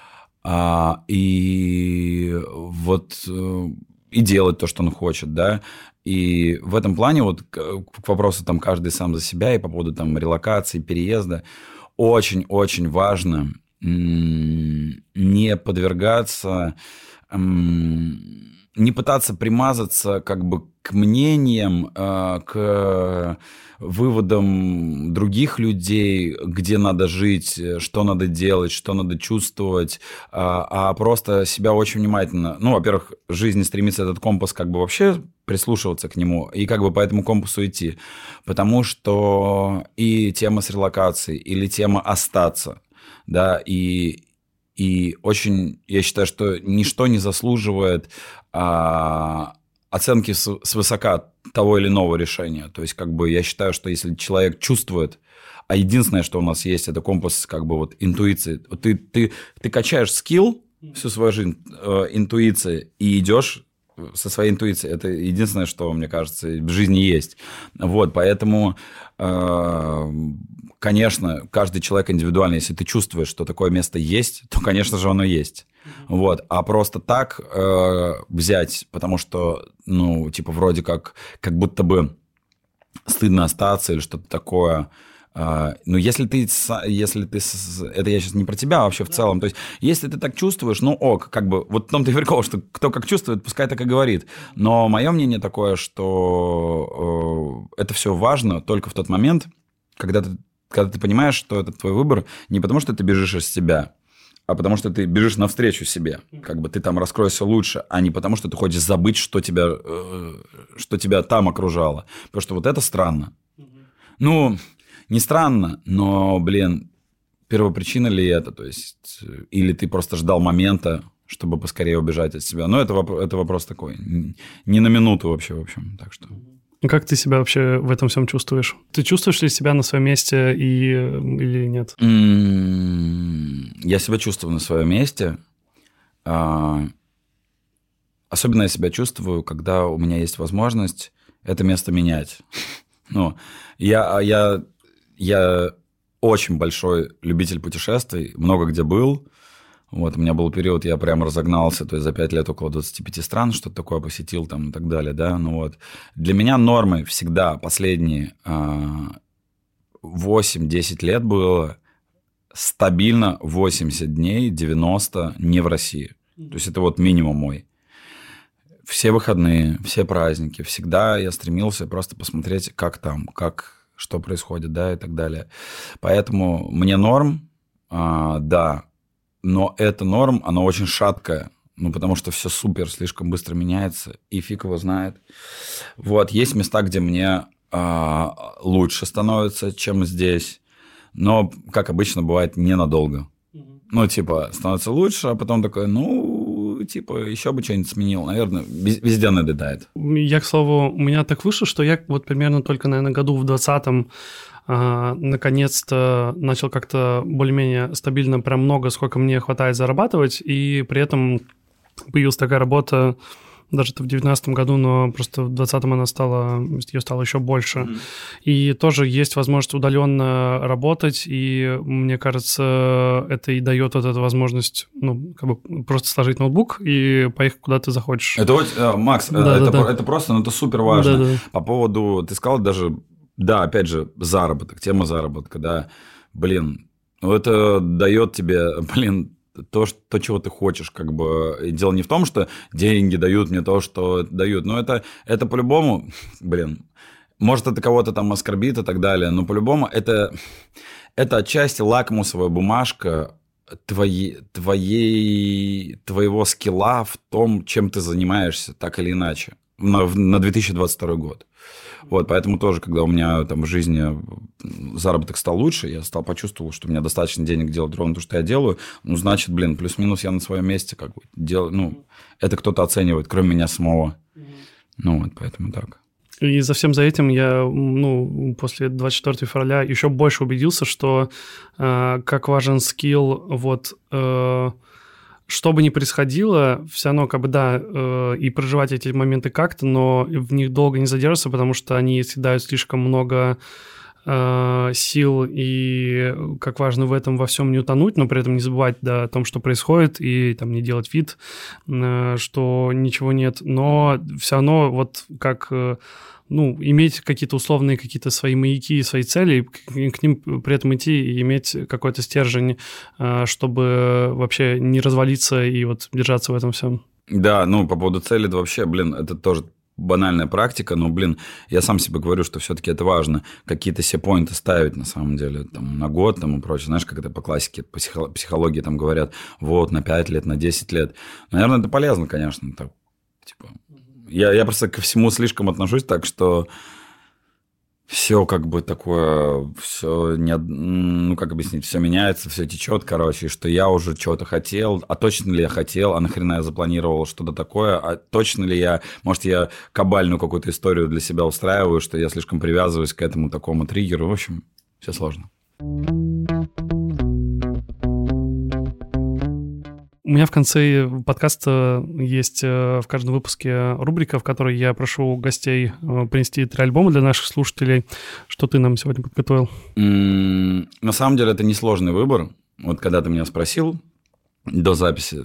И вот... И делать то, что он хочет, да. И в этом плане вот к вопросу там каждый сам за себя и по поводу там релокации, переезда очень-очень важно не подвергаться, не пытаться примазаться как бы к мнениям, к выводам других людей, где надо жить, что надо делать, что надо чувствовать, а просто себя очень внимательно... Ну, во-первых, жизнь стремится этот компас как бы вообще прислушиваться к нему и как бы по этому компасу идти. Потому что и тема с релокацией, или тема остаться, да, и очень, я считаю, что ничто не заслуживает оценки свысока того или иного решения. То есть, как бы, я считаю, что если человек чувствует, а единственное, что у нас есть, это компас, как бы, вот, интуиции. Ты качаешь скилл всю свою жизнь, интуиции, и идешь со своей интуицией. Это единственное, что, мне кажется, в жизни есть. Вот, поэтому... Конечно, каждый человек индивидуальный. Если ты чувствуешь, что такое место есть, то, конечно же, оно есть. Вот. А просто так взять, потому что, ну, типа, вроде как будто бы стыдно остаться или что-то такое. Ну, если ты... Это я сейчас не про тебя, а вообще в целом. То есть, если ты так чувствуешь, ну, ок, как бы... Вот в том-то и прикол, что кто как чувствует, пускай так и говорит. Но мое мнение такое, что это все важно только в тот момент, когда ты понимаешь, что это твой выбор не потому, что ты бежишь из себя, а потому, что ты бежишь навстречу себе. Как бы ты там раскроешься лучше, а не потому, что ты хочешь забыть, что тебя там окружало. Потому что вот это странно. Ну, не странно, но, блин, первопричина ли это? То есть, или ты просто ждал момента, чтобы поскорее убежать от себя? Ну, это вопрос такой. Не на минуту вообще, в общем. Так что... Как ты себя вообще в этом всем чувствуешь? Ты чувствуешь ли себя на своем месте или нет? Я себя чувствую на своем месте. Особенно я себя чувствую, когда у меня есть возможность это место менять. Ну, я очень большой любитель путешествий, много где был. Вот, у меня был период, я прям разогнался, то есть за 5 лет около 25 стран, что-то такое посетил там и так далее, да, ну вот. Для меня нормой всегда последние 8-10 лет было стабильно 80 дней, 90 не в России. То есть это вот минимум мой. Все выходные, все праздники, всегда я стремился просто посмотреть, как там, что происходит, да, и так далее. Поэтому мне норм, да. Но эта норм, она очень шаткая, ну, потому что все супер, слишком быстро меняется, и фиг его знает. Вот, есть места, где мне лучше становится, чем здесь. но, как обычно, бывает ненадолго. Ну, типа, становится лучше, а потом такой, еще бы что-нибудь сменил. Наверное, везде надоедает. Я, к слову, у меня так вышло, что я вот примерно только, наверное, году в 20-м наконец-то начал как-то более-менее стабильно, прям много, сколько мне хватает зарабатывать, и при этом появилась такая работа, даже это в 2019 году, но просто в 2020 ее стало еще больше. Mm-hmm. И тоже есть возможность удаленно работать, и мне кажется, это и дает вот эту возможность, просто сложить ноутбук и поехать куда ты захочешь. Это вот, Макс, это просто, это супер важно. Да. По поводу, ты сказал даже, да, опять же, заработок, тема заработка, да, это дает тебе, то, чего ты хочешь, как бы. И дело не в том, что деньги дают мне то, что дают, но это по-любому, может, это кого-то там оскорбит и так далее, но по-любому это отчасти лакмусовая бумажка твоего скилла в том, чем ты занимаешься, так или иначе, на 2022 год. Вот, поэтому тоже, когда у меня там в жизни заработок стал лучше, я почувствовал, что у меня достаточно денег делать ровно то, что я делаю, значит, плюс-минус я на своем месте как бы делаю, это кто-то оценивает, кроме меня самого. Поэтому так. И за всем за этим я, после 24 февраля еще больше убедился, что как важен скилл, что бы ни происходило, все равно, и проживать эти моменты как-то, но в них долго не задерживаться, потому что они съедают слишком много сил, и как важно в этом во всем не утонуть, но при этом не забывать о том, что происходит, и там не делать вид, что ничего нет, но все равно иметь какие-то условные какие-то свои маяки, свои цели, к ним при этом идти и иметь какой-то стержень, чтобы вообще не развалиться и держаться в этом всем. Да, по поводу цели, это вообще, это тоже банальная практика, но, я сам себе говорю, что все-таки это важно, какие-то себе поинты ставить, на самом деле, там, на год, там, и прочее. Знаешь, как это по классике, по психологии там говорят, на 5 лет, на 10 лет. Наверное, это полезно, конечно, так, типа... Я просто ко всему слишком отношусь так, что все как бы такое, все как объяснить, все меняется, все течет, и что я уже чего-то хотел, а точно ли я хотел, а нахрена я запланировал что-то такое, а точно ли может, я кабальную какую-то историю для себя устраиваю, что я слишком привязываюсь к этому такому триггеру, в общем, все сложно. У меня в конце подкаста есть в каждом выпуске рубрика, в которой я прошу гостей принести 3 альбома для наших слушателей. Что ты нам сегодня подготовил? На самом деле это несложный выбор. Вот когда ты меня спросил до записи,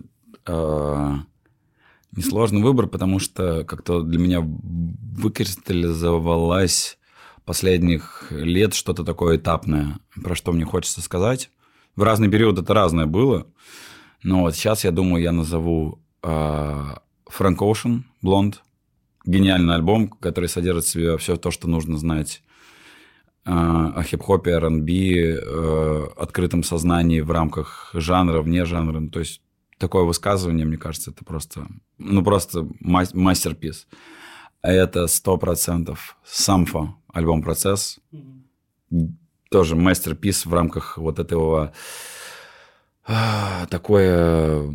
несложный выбор, потому что как-то для меня выкристаллизовалось последних лет что-то такое этапное, про что мне хочется сказать. В разный период это разное было. Но сейчас, я думаю, я назову Frank Ocean, Blonde. Гениальный альбом, который содержит в себе все то, что нужно знать о хип-хопе, R&B, открытом сознании в рамках жанра, вне жанра. То есть такое высказывание, мне кажется, это просто мастерпис. Это 100% Sampha, альбом «Процесс». Тоже мастерпис в рамках этого... такое,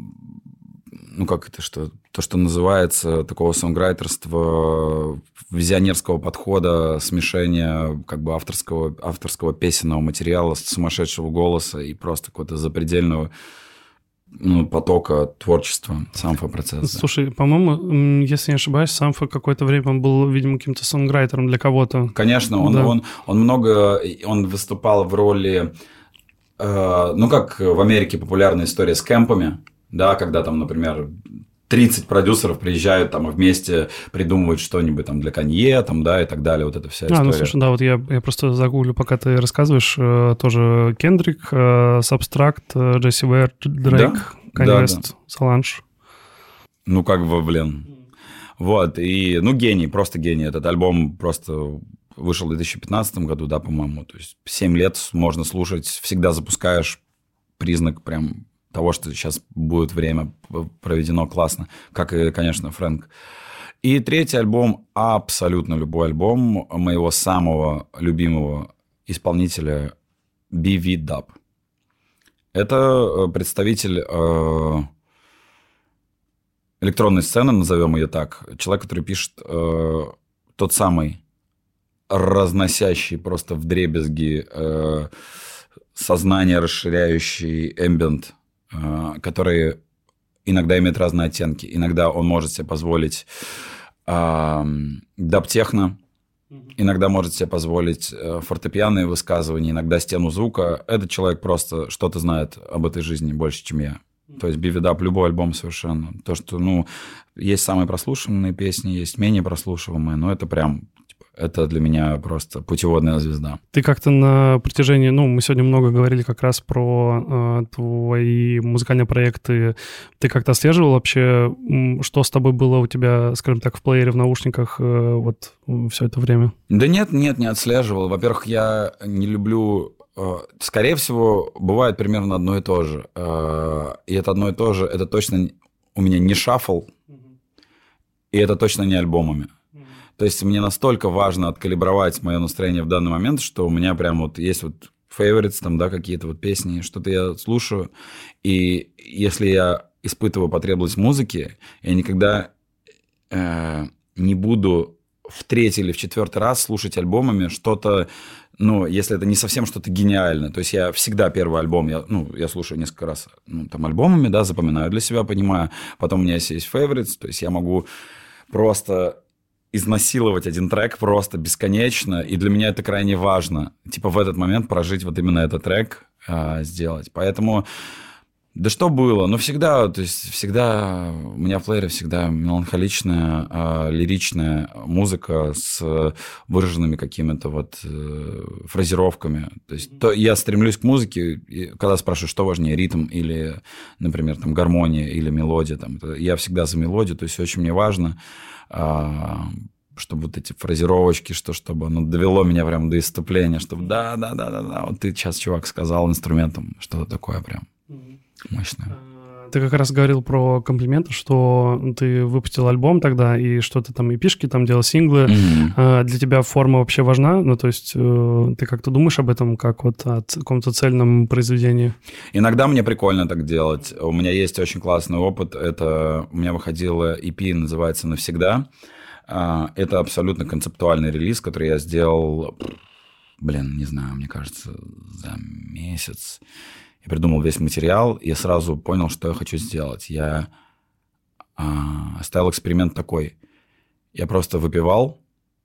то, что называется, такого сонграйтерства, визионерского подхода, смешения как бы авторского песенного материала, сумасшедшего голоса и просто какого-то запредельного потока творчества. Sampha «Процесс». Слушай, по-моему, если не ошибаюсь, Sampha какое-то время он был, видимо, каким-то сонграйтером для кого-то. Конечно, он выступал в роли... как в Америке популярная история с кемпами, да, когда там, например, 30 продюсеров приезжают там и вместе придумывают что-нибудь там для Канье, там, да, и так далее, вот эта вся история. Слушай, да, я просто загуглю, пока ты рассказываешь, тоже Кендрик, Сабстракт, Джесси Вэр, Дрейк, Канье Уэст, Соланж. Вот, и, гений, просто гений. Этот альбом просто... вышел в 2015 году, да, по-моему. То есть 7 лет можно слушать, всегда запускаешь признак прям того, что сейчас будет время проведено классно, как и, конечно, Фрэнк. И 3-й альбом, абсолютно любой альбом моего самого любимого исполнителя BV-Dub. Это представитель электронной сцены, назовем ее так. Человек, который пишет тот самый разносящий просто вдребезги сознание расширяющий эмбиент, который иногда имеет разные оттенки. Иногда он может себе позволить даб-техно, иногда может себе позволить фортепианные высказывания, иногда стену звука. Этот человек просто что-то знает об этой жизни больше, чем я. То есть BV-Dub, любой альбом совершенно. То, что, есть самые прослушиваемые песни, есть менее прослушиваемые, но это прям... Это для меня просто путеводная звезда. Ты как-то на протяжении... мы сегодня много говорили как раз про твои музыкальные проекты. Ты как-то отслеживал вообще, что с тобой было у тебя, скажем так, в плеере, в наушниках вот все это время? Да нет, не отслеживал. Во-первых, я не люблю... Скорее всего, бывает примерно одно и то же. И это одно и то же, это точно у меня не шаффл, и это точно не альбомами. То есть мне настолько важно откалибровать мое настроение в данный момент, что у меня прям вот есть вот favorites, там, да, какие-то вот песни, что-то я слушаю, и если я испытываю потребность в музыке, я никогда не буду в третий или в четвертый раз слушать альбомами что-то, если это не совсем что-то гениальное. То есть я всегда первый альбом, я слушаю несколько раз там альбомами, да, запоминаю для себя, понимаю, потом у меня есть favorites, то есть я могу просто... изнасиловать один трек просто бесконечно, и для меня это крайне важно. Типа в этот момент прожить вот именно этот трек, сделать. Поэтому, да что было? Всегда, то есть всегда у меня в плеере всегда меланхоличная, лиричная музыка с выраженными какими-то вот фразировками. То есть я стремлюсь к музыке, и когда спрашиваю, что важнее, ритм или, например, там, гармония или мелодия, там, я всегда за мелодию, то есть очень мне важно, чтобы вот эти фразировочки, чтобы оно довело меня прям до исступления, чтобы да, вот ты сейчас, чувак, сказал инструментом, что-то такое прям мощное. Ты как раз говорил про комплименты, что ты выпустил альбом тогда, и что ты там эпишки, там делал синглы. Для тебя форма вообще важна? То есть ты как-то думаешь об этом, как вот о каком-то цельном произведении? Иногда мне прикольно так делать. У меня есть очень классный опыт. Это у меня выходила EP, называется «Навсегда». Это абсолютно концептуальный релиз, который я сделал, не знаю, мне кажется, за месяц. Я придумал весь материал, и сразу понял, что я хочу сделать. Я ставил эксперимент такой. Я просто выпивал,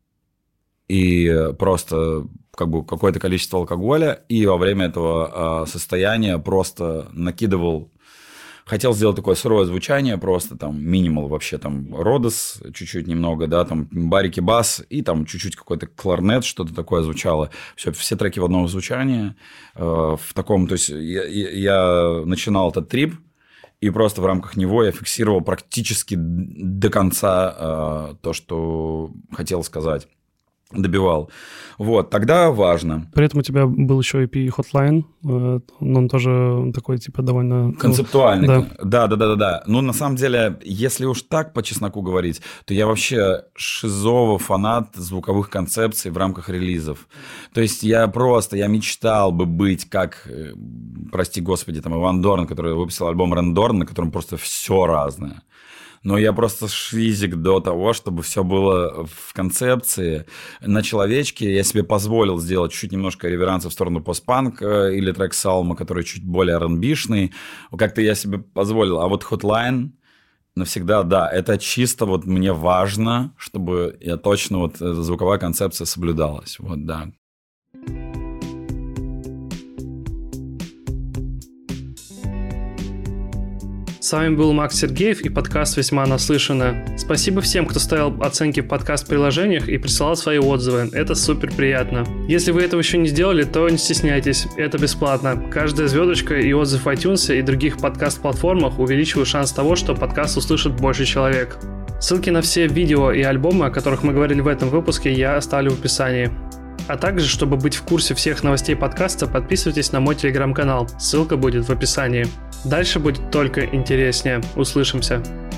и просто какое-то количество алкоголя, и во время этого состояния просто накидывал... Хотел сделать такое сырое звучание, просто там минимал вообще, там Родос чуть-чуть немного, да, там барики бас, и там чуть-чуть какой-то кларнет, что-то такое звучало. Все треки в одном звучании. В таком, то есть я начинал этот трип, и просто в рамках него я фиксировал практически до конца то, что хотел сказать. Добивал. Вот, тогда важно. При этом у тебя был еще EP Hotline, он тоже такой, типа, довольно... Концептуальный. Да. На самом деле, если уж так по чесноку говорить, то я вообще шизовый фанат звуковых концепций в рамках релизов. То есть я мечтал бы быть как, прости господи, там Иван Дорн, который выпустил альбом Рендорн, на котором просто все разное. Но я просто шизик до того, чтобы все было в концепции. На человечке я себе позволил сделать чуть немножко реверанса в сторону постпанка или трек Салма, который чуть более R&B-шный. Как-то я себе позволил. А вот Hotline навсегда, да, это чисто вот мне важно, чтобы я точно вот звуковая концепция соблюдалась. Вот, да. С вами был Макс Сергеев и подкаст «Весьма наслышано». Спасибо всем, кто ставил оценки в подкаст-приложениях и присылал свои отзывы. Это супер приятно. Если вы этого еще не сделали, то не стесняйтесь. Это бесплатно. Каждая звездочка и отзыв в iTunes и других подкаст-платформах увеличивают шанс того, что подкаст услышит больше человек. Ссылки на все видео и альбомы, о которых мы говорили в этом выпуске, я оставлю в описании. А также, чтобы быть в курсе всех новостей подкаста, подписывайтесь на мой телеграм-канал. Ссылка будет в описании. Дальше будет только интереснее. Услышимся.